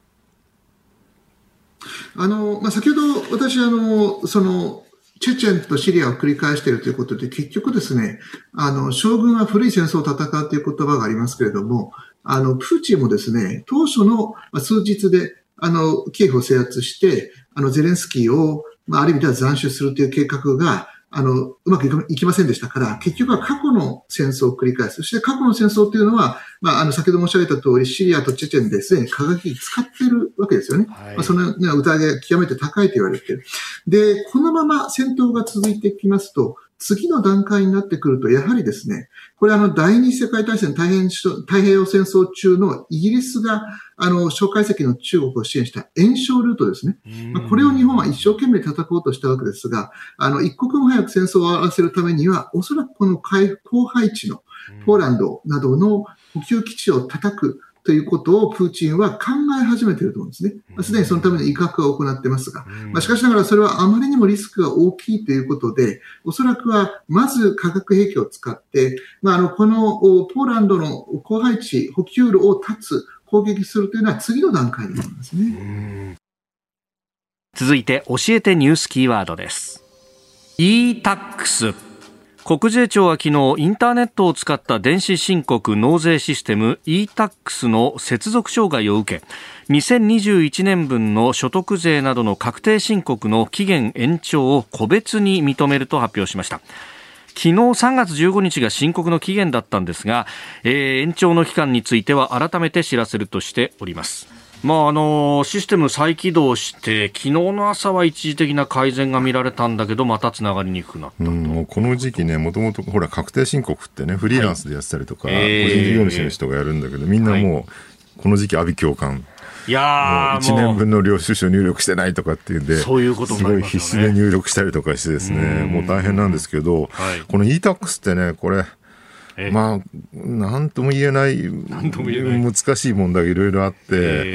うん、あのまあ、先ほど私あのそのチェチェンとシリアを繰り返しているということで結局ですね、あの将軍は古い戦争を戦うという言葉がありますけれども、あのプーチンもですね当初の数日であのキエフを制圧してあのゼレンスキーをまあ、ある意味では斬首するという計画が、 あの、うまくいかいきませんでしたから、結局は過去の戦争を繰り返す。そして過去の戦争というのは、まあ、あの、先ほど申し上げた通り、シリアとチェチェンですでに化学兵器使っているわけですよね。はい、まあ、その、ね、疑いが極めて高いと言われている。で、このまま戦闘が続いてきますと、次の段階になってくると、やはりですね、これあの、第二次世界大戦太平太平洋戦争中のイギリスが、あの、蒋介石の中国を支援した援償ルートですね。まあ、これを日本は一生懸命叩こうとしたわけですが、あの、一刻も早く戦争を終わらせるためには、おそらくこの広配地のポーランドなどの補給基地を叩くということをプーチンは考え始めていると思うんですね。まあ、すでにそのための威嚇を行っていますが、まあ、しかしながらそれはあまりにもリスクが大きいということで、おそらくはまず化学兵器を使って、まあ、あの、このポーランドの広配地、補給路を断つ、攻撃するというのは次の段階だと思いますね。 続いて教えてニュースキーワードです。 イータックス。国税庁は昨日インターネットを使った電子申告納税システム イータックス の接続障害を受け、にせんにじゅういちねんぶんの所得税などの確定申告の期限延長を個別に認めると発表しました。昨日さんがつじゅうごにちが申告の期限だったんですが、えー、延長の期間については改めて知らせるとしております。まあ、あのシステム再起動して昨日の朝は一時的な改善が見られたんだけど、またつながりにくくなったと。うん、もうこの時期ね、もともとほら確定申告ってね、フリーランスでやってたりとか、はい、個人事業主の人がやるんだけど、みんなもうこの時期阿鼻叫喚、いやもういちねんぶんの領収書入力してないとかっていうんで、そういうことになりますよね。すごい必死で入力したりとかしてですね、もう大変なんですけど、はい、この イータックス ってね、これまあ、なんとも言えない難しい問題がいろいろあって、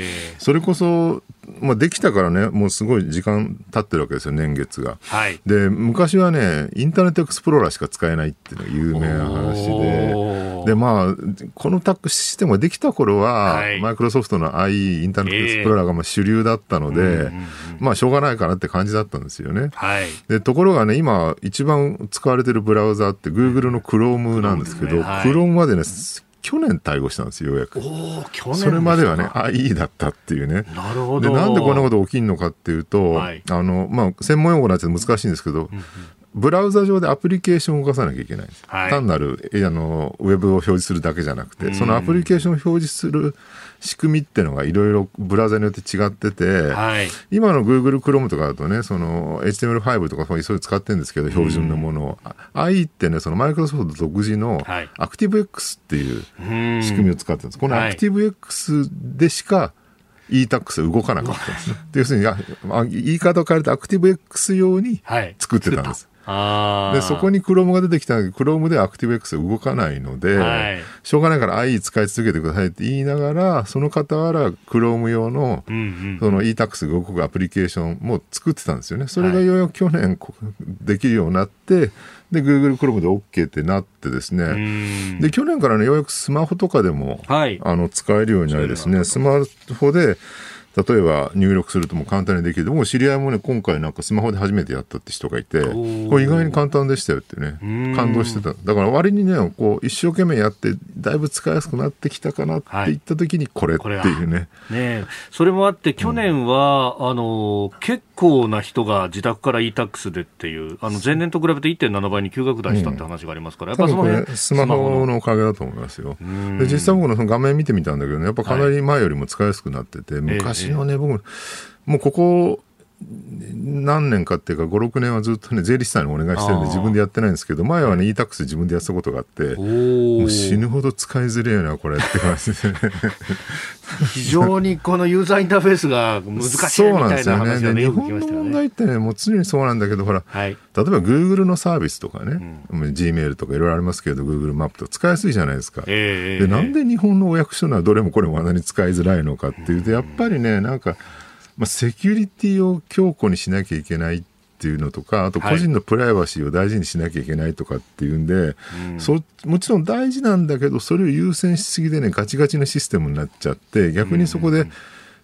それこそ、まあ、できたからね、もうすごい時間経ってるわけですよ、年月が。はい、で昔はね、インターネットエクスプローラーしか使えないっていうのが有名な話で、で、まあ、このタックシステムができた頃は、はい、マイクロソフトの アイイー インターネットエクスプローラーがまあ主流だったので、えーまあ、しょうがないかなって感じだったんですよね。はい、でところがね、今一番使われてるブラウザって Google の Chrome なんですけど、はい、Chrome までね、去年対応したんですよ、ようやく。お去年それまではね アイイー だったっていうね。なるほど。でなんでこんなこと起きるのかっていうと、はい、あのまあ、専門用語になっちゃって難しいんですけど、うんうん、ブラウザ上でアプリケーションを動かさなきゃいけないんです、はい、単なるあのウェブを表示するだけじゃなくて、そのアプリケーションを表示する仕組みっていうのがいろいろブラウザによって違ってて、はい、今の Google Chrome とかだとね、その エイチティーエムエルファイブ とかそういうの使ってるんですけど、標準のものを、うん、アイイー ってね、そのマイクロソフト独自の ActiveX っていう仕組みを使ってるんです。この ActiveX でしか イータックス 動かなかったんですね。要するに言い方を変えると ActiveX 用に作ってたんです。はいあでそこに Chrome が出てきたんだけど Chrome で ActiveX 動かないので、はい、しょうがないから アイイー 使い続けてくださいって言いながら、その傍ら Chrome 用の、うんうん、その イータックス が動くアプリケーションも作ってたんですよね。それがようやく去年できるようになって、で Google Chrome で OK ってなってですね、で去年からね、ようやくスマホとかでも、はい、あの使えるようになりですね、スマホで例えば入力するともう簡単にできる。もう知り合いもね、今回なんかスマホで初めてやったって人がいて、これ意外に簡単でしたよってね、感動してた。だから割にね、こう一生懸命やってだいぶ使いやすくなってきたかなって言った時にこれっていうね。はい、ねそれもあって去年は、うん、あの結構な人が自宅から イータックス でっていうあの前年と比べて いってんななばいに急拡大したって話がありますから、うん、やっぱその辺これスマホのおかげだと思いますよ。で実際僕のその画面見てみたんだけどね、やっぱかなり前よりも使いやすくなってて、はい、昔のね、僕もうここ何年かっていうかごろくねんはずっとね、税理士さんにお願いしてるんで自分でやってないんですけど、前はね イータックス で自分でやってたことがあって、もう死ぬほど使いづれえなこれって感じでね非常にこのユーザーインターフェースが難しいみたいな話がね、よく聞きましたよね。日本の問題ってね、もう常にそうなんだけど、ほら、はい、例えば Google のサービスとかね、うん、Gmail とかいろいろありますけど Google マップとか使いやすいじゃないですか、えー、でなんで日本のお役所のはどれもこれもあんなに使いづらいのかっていうと、やっぱりね、なんかまあ、セキュリティを強固にしなきゃいけないっていうのとか、あと個人のプライバシーを大事にしなきゃいけないとかっていうんで、はい、そもちろん大事なんだけど、それを優先しすぎでね、ガチガチなシステムになっちゃって、逆にそこで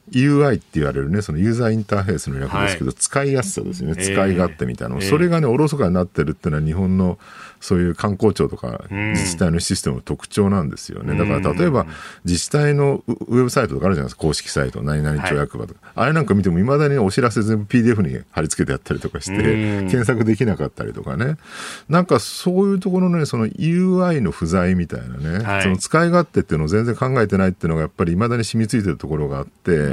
ユーアイ って言われるね、そのユーザーインターフェースの略ですけど、はい、使いやすさですよね、使い勝手みたいなの、えー、それがねおろそかになってるっていうのは日本のそういう観光庁とか自治体のシステムの特徴なんですよね。だから例えば自治体のウェブサイトとかあるじゃないですか、公式サイト、何々町役場とか、はい、あれなんか見てもいまだにお知らせ全部 ピーディーエフ に貼り付けてやったりとかして検索できなかったりとかね、なんかそういうところのね、その ユーアイ の不在みたいなね、はい、その使い勝手っていうのを全然考えてないっていうのがやっぱりいまだに染みついてるところがあって、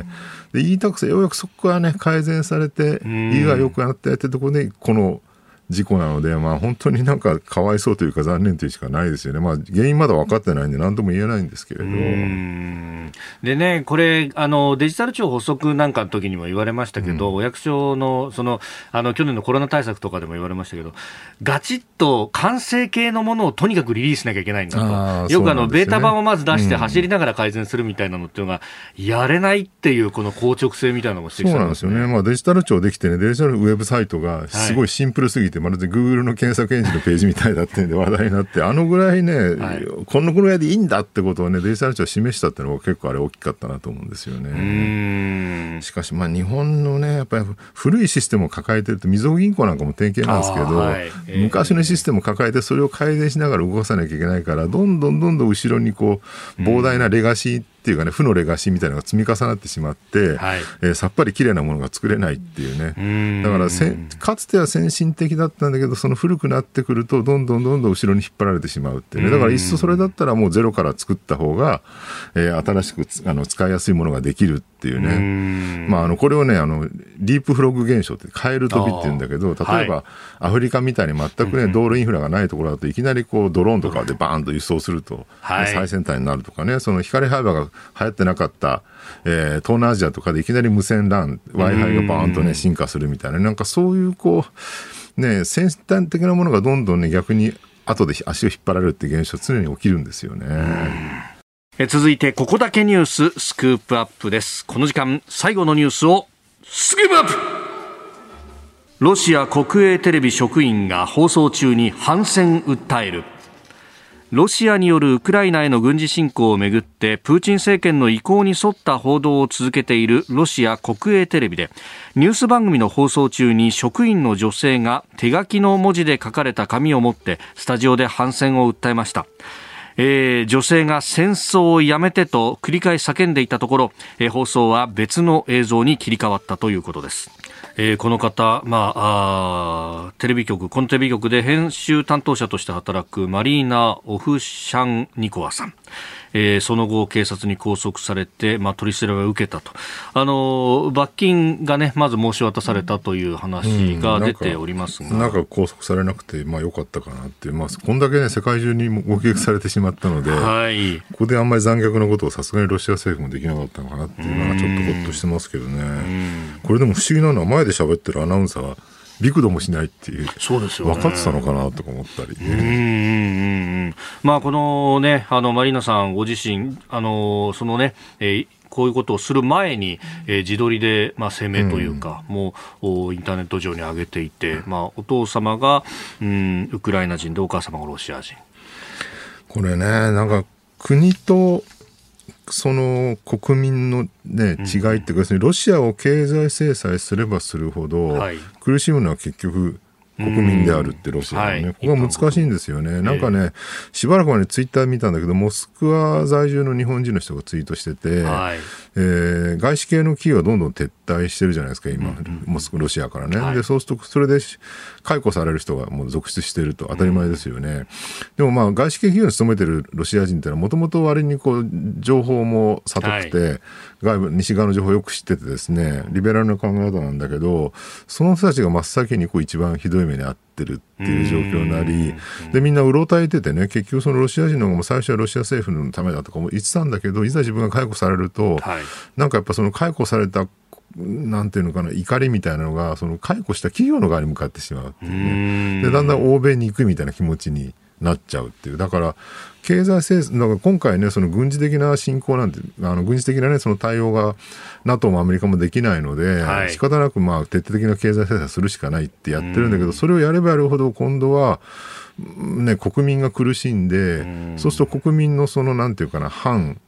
で イータックス ようやくそこがね改善されて ユーアイ 良くなってやってるところでこの事故なので、まあ、本当になんかかわいそうというか残念というしかないですよね。まあ、原因まだ分かってないんで何とも言えないんですけれど。うーんでね、これあのデジタル庁発足なんかの時にも言われましたけど、うん、お役所 の, そのあの去年のコロナ対策とかでも言われましたけど、ガチッと完成形のものをとにかくリリースしなきゃいけないんだと。よくあの、ね、ベータ版をまず出して走りながら改善するみたいなのっていうのがやれないっていうこの硬直性みたいなのも指摘されますね。 そうなんですよね。まあ、デジタル庁できてね、デジタルウェブサイトがすごいシンプルすぎて、はい、まるで Google の検索エンジンのページみたいだってんで話題になって、あのぐらいね、はい、このぐらいでいいんだってことをねデジタル庁は示したっていうのが結構あれ大きかったなと思うんですよね。うーんしかしまあ日本のねやっぱり古いシステムを抱えてると、みずほ銀行なんかも典型なんですけど、はいえー、昔のシステムを抱えてそれを改善しながら動かさなきゃいけないから、どんどんどんどん後ろにこう膨大なレガシーっていうかね、負のレガシーみたいなのが積み重なってしまって、はいえー、さっぱり綺麗なものが作れないっていうね。うんだからせかつては先進的だったんだけど、その古くなってくるとどんどんどんどん後ろに引っ張られてしまうっていうね。だからいっそそれだったらもうゼロから作った方が、えー、新しくあの使いやすいものができるっていうね。うんまあ、あのこれをねあのディープフロッグ現象ってカエル飛びっていうんだけど、例えば、はい、アフリカみたいに全くね道路インフラがないところだといきなりこうドローンとかでバーンと輸送すると、はい、最先端になるとかね、その光ファイバーが流行ってなかった、えー、東南アジアとかでいきなり無線 ラン Wi-Fi がバーンとね進化するみたいな、なんかそういうこうね先端的なものがどんどんね逆に後で足を引っ張られるって現象常に起きるんですよね。 え続いてここだけニューススクープアップです。この時間最後のニュースをスクープアップ。ロシア国営テレビ職員が放送中に反戦訴える。ロシアによるウクライナへの軍事侵攻をめぐってプーチン政権の意向に沿った報道を続けているロシア国営テレビで、ニュース番組の放送中に職員の女性が手書きの文字で書かれた紙を持ってスタジオで反戦を訴えました。えー、女性が戦争をやめてと繰り返し叫んでいたところ、えー、放送は別の映像に切り替わったということです。えー、この方、まあ、あテレビ局このテレビ局で編集担当者として働くマリーナ・オフシャンニコワさん、えー、その後警察に拘束されて、まあ、取り調べを受けたと、あの罰金がねまず申し渡されたという話が出ておりますが、 うん、なんか、なんか拘束されなくてまあ良かったかなっていう、まあ、こんだけね世界中に目撃されてしまったので、はい、ここであんまり残虐なことをさすがにロシア政府もできなかったのかなっていうのがちょっとほっとしてますけどね。これでも不思議なのは前で喋ってるアナウンサーはびくともしないっていう、そうですよね、分かってたのかなとか思ったり、ね、うんうんうん、まあ、このねあのマリーナさんご自身あのそのね、えーこういうことをする前に、えー、自撮りで、まあ、声明というか、うん、もうインターネット上に上げていて、まあ、お父様が、うん、ウクライナ人でお母様がロシア人。これねなんか国とその国民の、ね、違いっていうか、うん、ロシアを経済制裁すればするほど、はい、苦しむのは結局国民であるってロシアのね、はい、ここが難しいんですよね。なんかねしばらく前にツイッター見たんだけど、モスクワ在住の日本人の人がツイートしてて、はいえー、外資系の企業はどんどん撤退してるじゃないですか今、うんうん、モスクワロシアからね、はい、でそうするとそれで解雇される人がもう続出してると当たり前ですよね、うん、でもまあ外資系企業に勤めてるロシア人ってのはもともと割にこう情報も疎くて、はい、外部西側の情報をよく知っててですねリベラルな考え方なんだけど、その人たちが真っ先にこう一番ひどい目に遭ってるっていう状況になり、でみんなうろたえててね、結局そのロシア人の方も最初はロシア政府のためだとかも言ってたんだけど、いざ自分が解雇されると、はい、なんかやっぱその解雇されたなんていうのかな怒りみたいなのがその解雇した企業の側に向かってしまうっていうね。でだんだん欧米に行くみたいな気持ちになっちゃうっていう。だから経済制裁だから今回ねその軍事的な侵攻なんてあの軍事的なねその対応が NATO もアメリカもできないので、はい、仕方なくまあ徹底的な経済制裁するしかないってやってるんだけど、それをやればやるほど今度はね国民が苦しんで、そうすると国民のそのなんていうかな反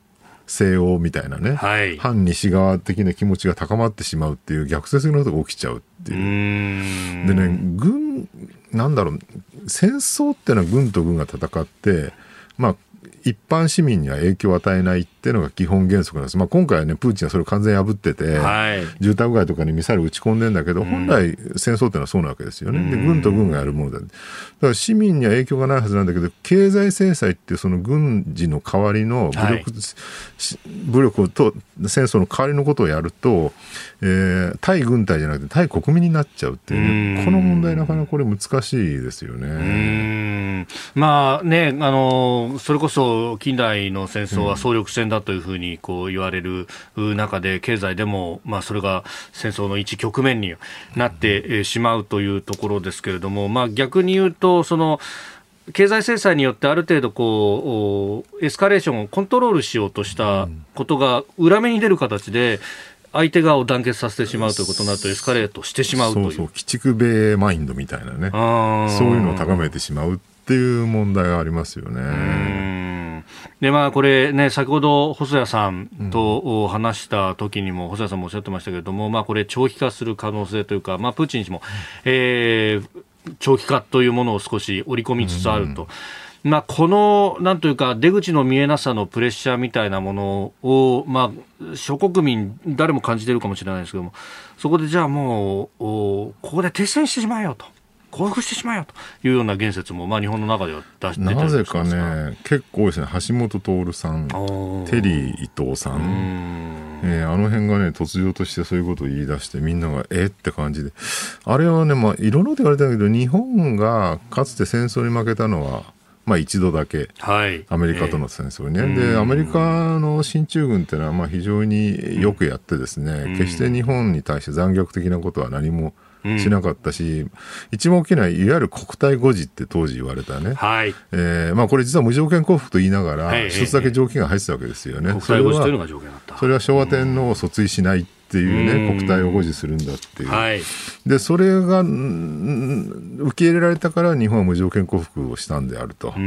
西欧みたいなね、はい、反西側的な気持ちが高まってしまうっていう逆説のことが起きちゃうっていう。うーんでね、軍なんだろう、戦争ってのは軍と軍が戦って、まあ一般市民には影響を与えないっていうのが基本原則なんです。まあ、今回はね、プーチンはそれを完全に破ってて、はい、住宅街とかにミサイル撃ち込んでんだけど、うん、本来戦争ってのはそうなわけですよね。で、軍と軍がやるものだ。だから市民には影響がないはずなんだけど、経済制裁ってその軍事の代わりの武力、はい、武力と戦争の代わりのことをやると、えー、対軍隊じゃなくて対国民になっちゃうっていうね、うこの問題なかなかこれ難しいですよね。うーんまあね、あの、それこそ近代の戦争は総力戦だというふうにこう言われる中で、経済でもまあそれが戦争の一局面になってしまうというところですけれども、まあ逆に言うとその経済制裁によってある程度こうエスカレーションをコントロールしようとしたことが裏目に出る形で相手側を団結させてしまうということになるとエスカレートしてしまうという、そうそう、 鬼畜米マインドみたいなね、そういうのを高めてしまうっていう問題がありますよね。 うんでまあ、これね、先ほど細谷さんと話した時にも細谷さんもおっしゃってましたけれども、まあ、これ長期化する可能性というか、まあ、プーチン氏も、えー、長期化というものを少し織り込みつつあると、まあ、このなんというか出口の見えなさのプレッシャーみたいなものを、まあ、諸国民誰も感じているかもしれないですけども、そこでじゃあもうここで停戦してしまえよと、降伏してしまえよというような言説も、まあ、日本の中では出してたりなぜかね、結構多いですね。橋本徹さん、テリー伊藤さん、えー、あの辺がね突如としてそういうことを言い出して、みんながえって感じで、あれはね、まあ、いろんなこと言われたけど、日本がかつて戦争に負けたのはまあ、一度だけ、はい、アメリカとの戦争にね、えー、でアメリカの進駐軍っていうのはまあ非常によくやってですね、うん、決して日本に対して残虐的なことは何もしなかったし、うん、一番大きないわゆる国体誤示って当時言われたね、はいえーまあ、これ実は無条件降伏と言いながら、はい、一つだけ条件が入ってたわけですよね。 国体誤示というのが条件だった。 それは昭和天皇を訴追しないっていうね、うん、国体を誤示するんだっていう、はい、でそれが受け入れられたから日本は無条件降伏をしたんであると、うん、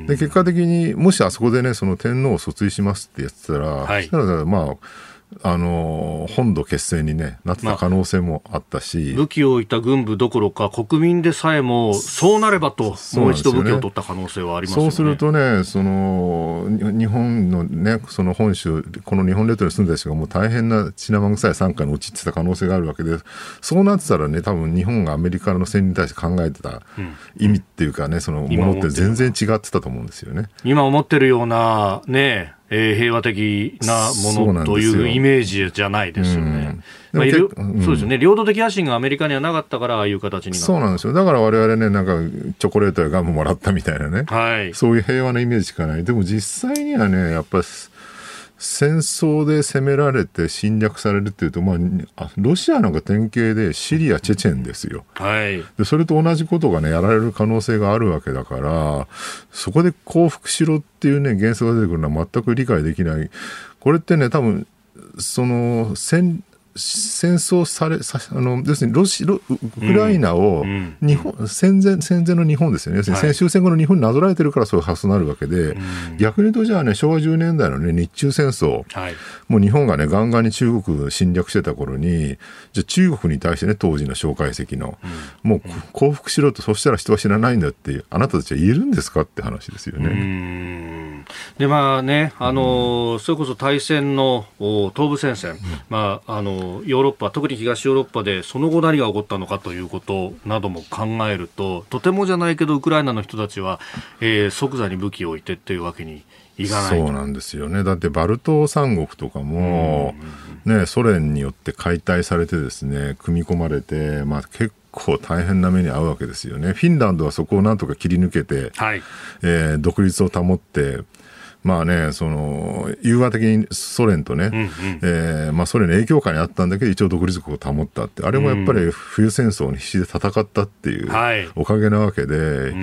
で結果的にもしあそこでねその天皇を訴追しますってやってたら、はい、そしたらまああの本土決戦に、ね、なってた可能性もあったし、 まあ、武器を置いた軍部どころか国民でさえもそうなればと、もう一度武器を取った可能性はありますよね。 そうするとね、その日本のね、その本州、この日本列島に住んでた人がもう大変な血生臭い惨禍に陥ってた可能性があるわけで、そうなってたらね、多分日本がアメリカの戦に対して考えてた意味っていうかね、そのものって全然違ってたと思うんですよね。 今思ってるようなね、えー、平和的なものというイメージじゃないですよね。うんまあ、そうですよね。領土的野心がアメリカにはなかったからああいう形になった。 そうなんですよ。だから我々ね、なんかチョコレートやガムもらったみたいなね、はい、そういう平和なイメージしかない。でも実際にはね、やっぱり戦争で攻められて侵略されるっていうと、まあ、ロシアなんか典型でシリア、チェチェンですよ、はい、でそれと同じことが、ね、やられる可能性があるわけだから、そこで降伏しろっていう、ね、原則が出てくるのは全く理解できない。これってね、多分その戦戦争されさあの要するにロシロウクライナを日本、うん、戦前戦前の日本ですよね。要するに戦終戦後の日本になぞらえてるからそういう発想になるわけで、はい、逆に言うとじゃあね、昭和じゅうねんだいの、ね、日中戦争、はい、もう日本がねガンガンに中国侵略してた頃に、じゃあ中国に対してね、当時の蒋介石の、うん、もう降伏しろと、そしたら人は知らないんだっていう、あなたたちは言えるんですかって話ですよね。 うんでまあね、あの、うん、それこそ大戦の東部戦線、うん、まああのヨーロッパ、特に東ヨーロッパでその後何が起こったのかということなども考えると、とてもじゃないけどウクライナの人たちは、えー、即座に武器を置いてっていうわけにいかない。 そうなんですよね。だってバルト三国とかも、ね、ソ連によって解体されてですね、組み込まれて、まあ、結構大変な目に遭うわけですよね。フィンランドはそこをなんとか切り抜けて、はいえー、独立を保って、まあね、その融和的にソ連とね、うんうんえーまあ、ソ連の影響下にあったんだけど一応独立国を保ったって、あれもやっぱり冬戦争に必死で戦ったっていうおかげなわけで、はい、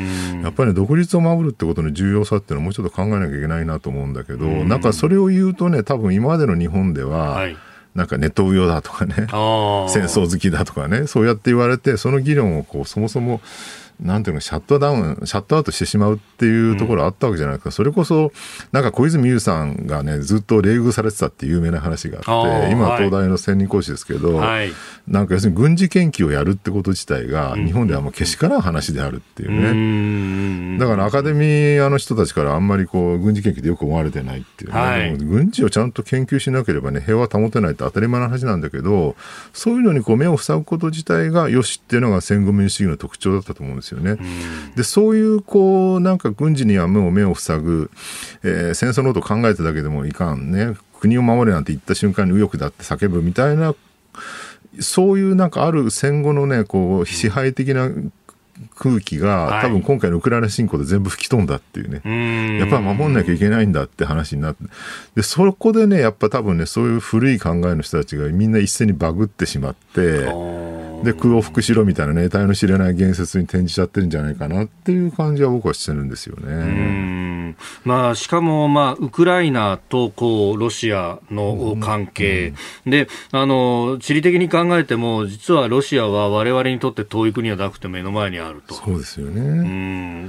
やっぱり、ね、独立を守るってことの重要さっていうのをもうちょっと考えなきゃいけないなと思うんだけど、なんかそれを言うとね、多分今までの日本では、はいなんかネトウヨだとかね、戦争好きだとかね、そうやって言われて、その議論をこうそもそもなんていうのシャットダウンシャットアウトしてしまうっていうところあったわけじゃないですか、うん、それこそなんか小泉悠さんがねずっと冷遇されてたっていう有名な話があって、今東大の専任講師ですけど、はい、なんか要するに軍事研究をやるってこと自体が日本ではもうけしからん話であるっていうね、うん、だからアカデミアの人たちからあんまりこう軍事研究でよく思われてないっていうね、はい、でも軍事をちゃんと研究しなければね平和保てないって当たり前の話なんだけど、そういうのにこう目を塞ぐこと自体がよしっていうのが戦後民主主義の特徴だったと思うんですよね。でそういうこうなんか軍事にはもう目を塞ぐ、えー、戦争のことを考えただけでもいかんね、国を守れなんて言った瞬間に右翼だって叫ぶみたいな、そういうなんかある戦後のねこう支配的な空気が多分今回のウクライナ侵攻で全部吹き飛んだっていうね、はい、やっぱり守んなきゃいけないんだって話になって、でそこでねやっぱ多分ねそういう古い考えの人たちがみんな一斉にバグってしまって、で空を服しろみたいなね得体の知れない言説に転じちゃってるんじゃないかなっていう感じは僕はしてるんですよね。うん、 まあ、しかも、まあ、ウクライナとこうロシアの関係、うん、であの地理的に考えても実はロシアは我々にとって遠い国はなくて目の前にあると。 そうですよね。うん、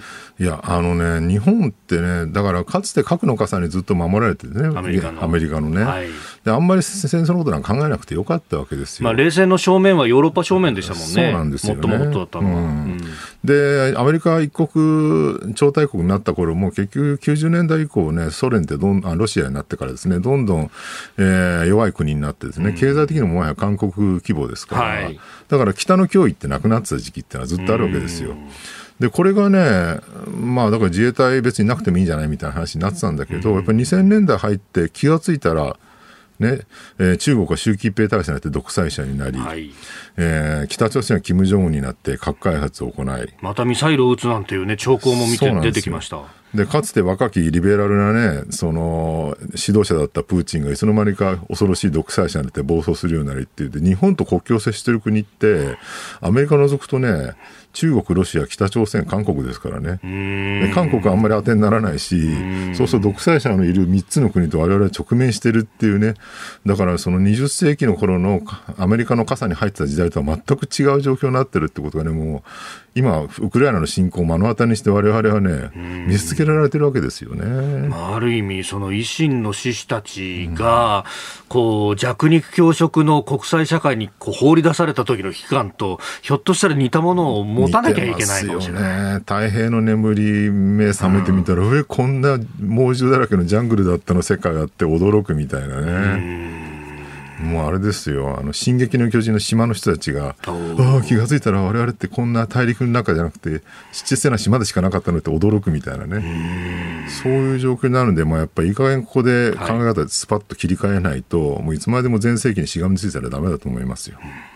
いやあのね日本ってねだからかつて核の傘にずっと守られててねアメリカの、アメリカのね、はい、であんまり戦争のことなんか考えなくてよかったわけですよ。 まあ、冷戦の正面はヨーロッパ正面でしたもんね。 そうなんですよね。 もっともっとだったのは、うんうん、 でアメリカ一国超大国になった頃も結局きゅうじゅうねんだい以降ねソ連ってどんあロシアになってからですねどんどん、えー、弱い国になってですね、うん、経済的にももはや韓国規模ですから、はい、だから北の脅威ってなくなってた時期ってのはずっとあるわけですよ。でこれがねまあだから自衛隊別になくてもいいんじゃないみたいな話になってたんだけど、やっぱりにせんねんだい入って気がついたらねえー、中国は習近平体制になって独裁者になり、はい、えー、北朝鮮は金正恩になって核開発を行い、 またミサイルを撃つなんていうね兆候も見て出てきました。 でかつて若きリベラルなねその指導者だったプーチンがいつの間にか恐ろしい独裁者になって暴走するようになりって言って、日本と国境を接している国ってアメリカ除くとね中国、ロシア、北朝鮮、韓国ですからね。で韓国はあんまり当てにならないし、そうすると独裁者のいるみっつの国と我々は直面してるっていうね。だからそのにじゅっせいきの頃のアメリカの傘に入ってた時代とは全く違う状況になってるってことがね、もう今ウクライナの侵攻を目の当たりにして我々はね見せつけられてるわけですよね。 まあ、ある意味その維新の志士たちがこう弱肉強食の国際社会にこう放り出された時の危機感とひょっとしたら似たものを持たなきゃいけないかもしれない。似てますよね。 太平の眠り目覚めてみたら、うん、えこんな猛獣だらけのジャングルだったの世界があって驚くみたいなね。もうあれですよ、あの進撃の巨人の島の人たちがあ気がついたら我々ってこんな大陸の中じゃなくてちっちゃな島でしかなかったのって驚くみたいなね、そういう状況になるので、まあ、やっぱりいい加減ここで考え方でスパッと切り替えないと、はい、もういつまでも全盛期にしがみついたらダメだと思いますよ。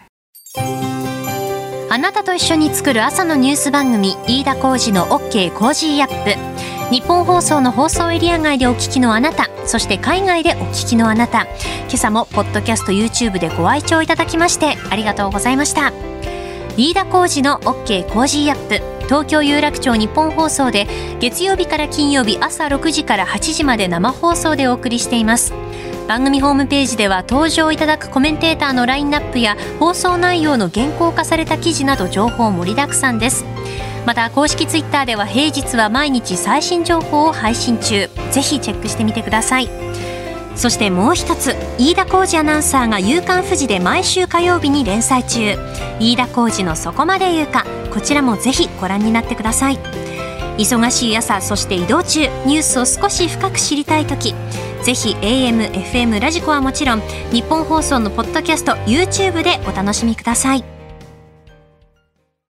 あなたと一緒に作る朝のニュース番組飯田浩司の OK コージーアップ。日本放送の放送エリア外でお聞きのあなた、そして海外でお聞きのあなた、今朝もポッドキャスト YouTube でご愛聴いただきましてありがとうございました。飯田浩司の OK コージーアップ、東京有楽町日本放送で月曜日から金曜日朝ろくじからはちじまで生放送でお送りしています。番組ホームページでは登場いただくコメンテーターのラインナップや放送内容の原稿化された記事など情報盛りだくさんです。また公式ツイッターでは平日は毎日最新情報を配信中、ぜひチェックしてみてください。そしてもう一つ、飯田浩司アナウンサーが夕刊フジで毎週火曜日に連載中、飯田浩司のそこまで言うか、こちらもぜひご覧になってください。忙しい朝、そして移動中、ニュースを少し深く知りたいとき、ぜひ エーエム、エフエム ラジコはもちろん日本放送のポッドキャスト YouTube でお楽しみください。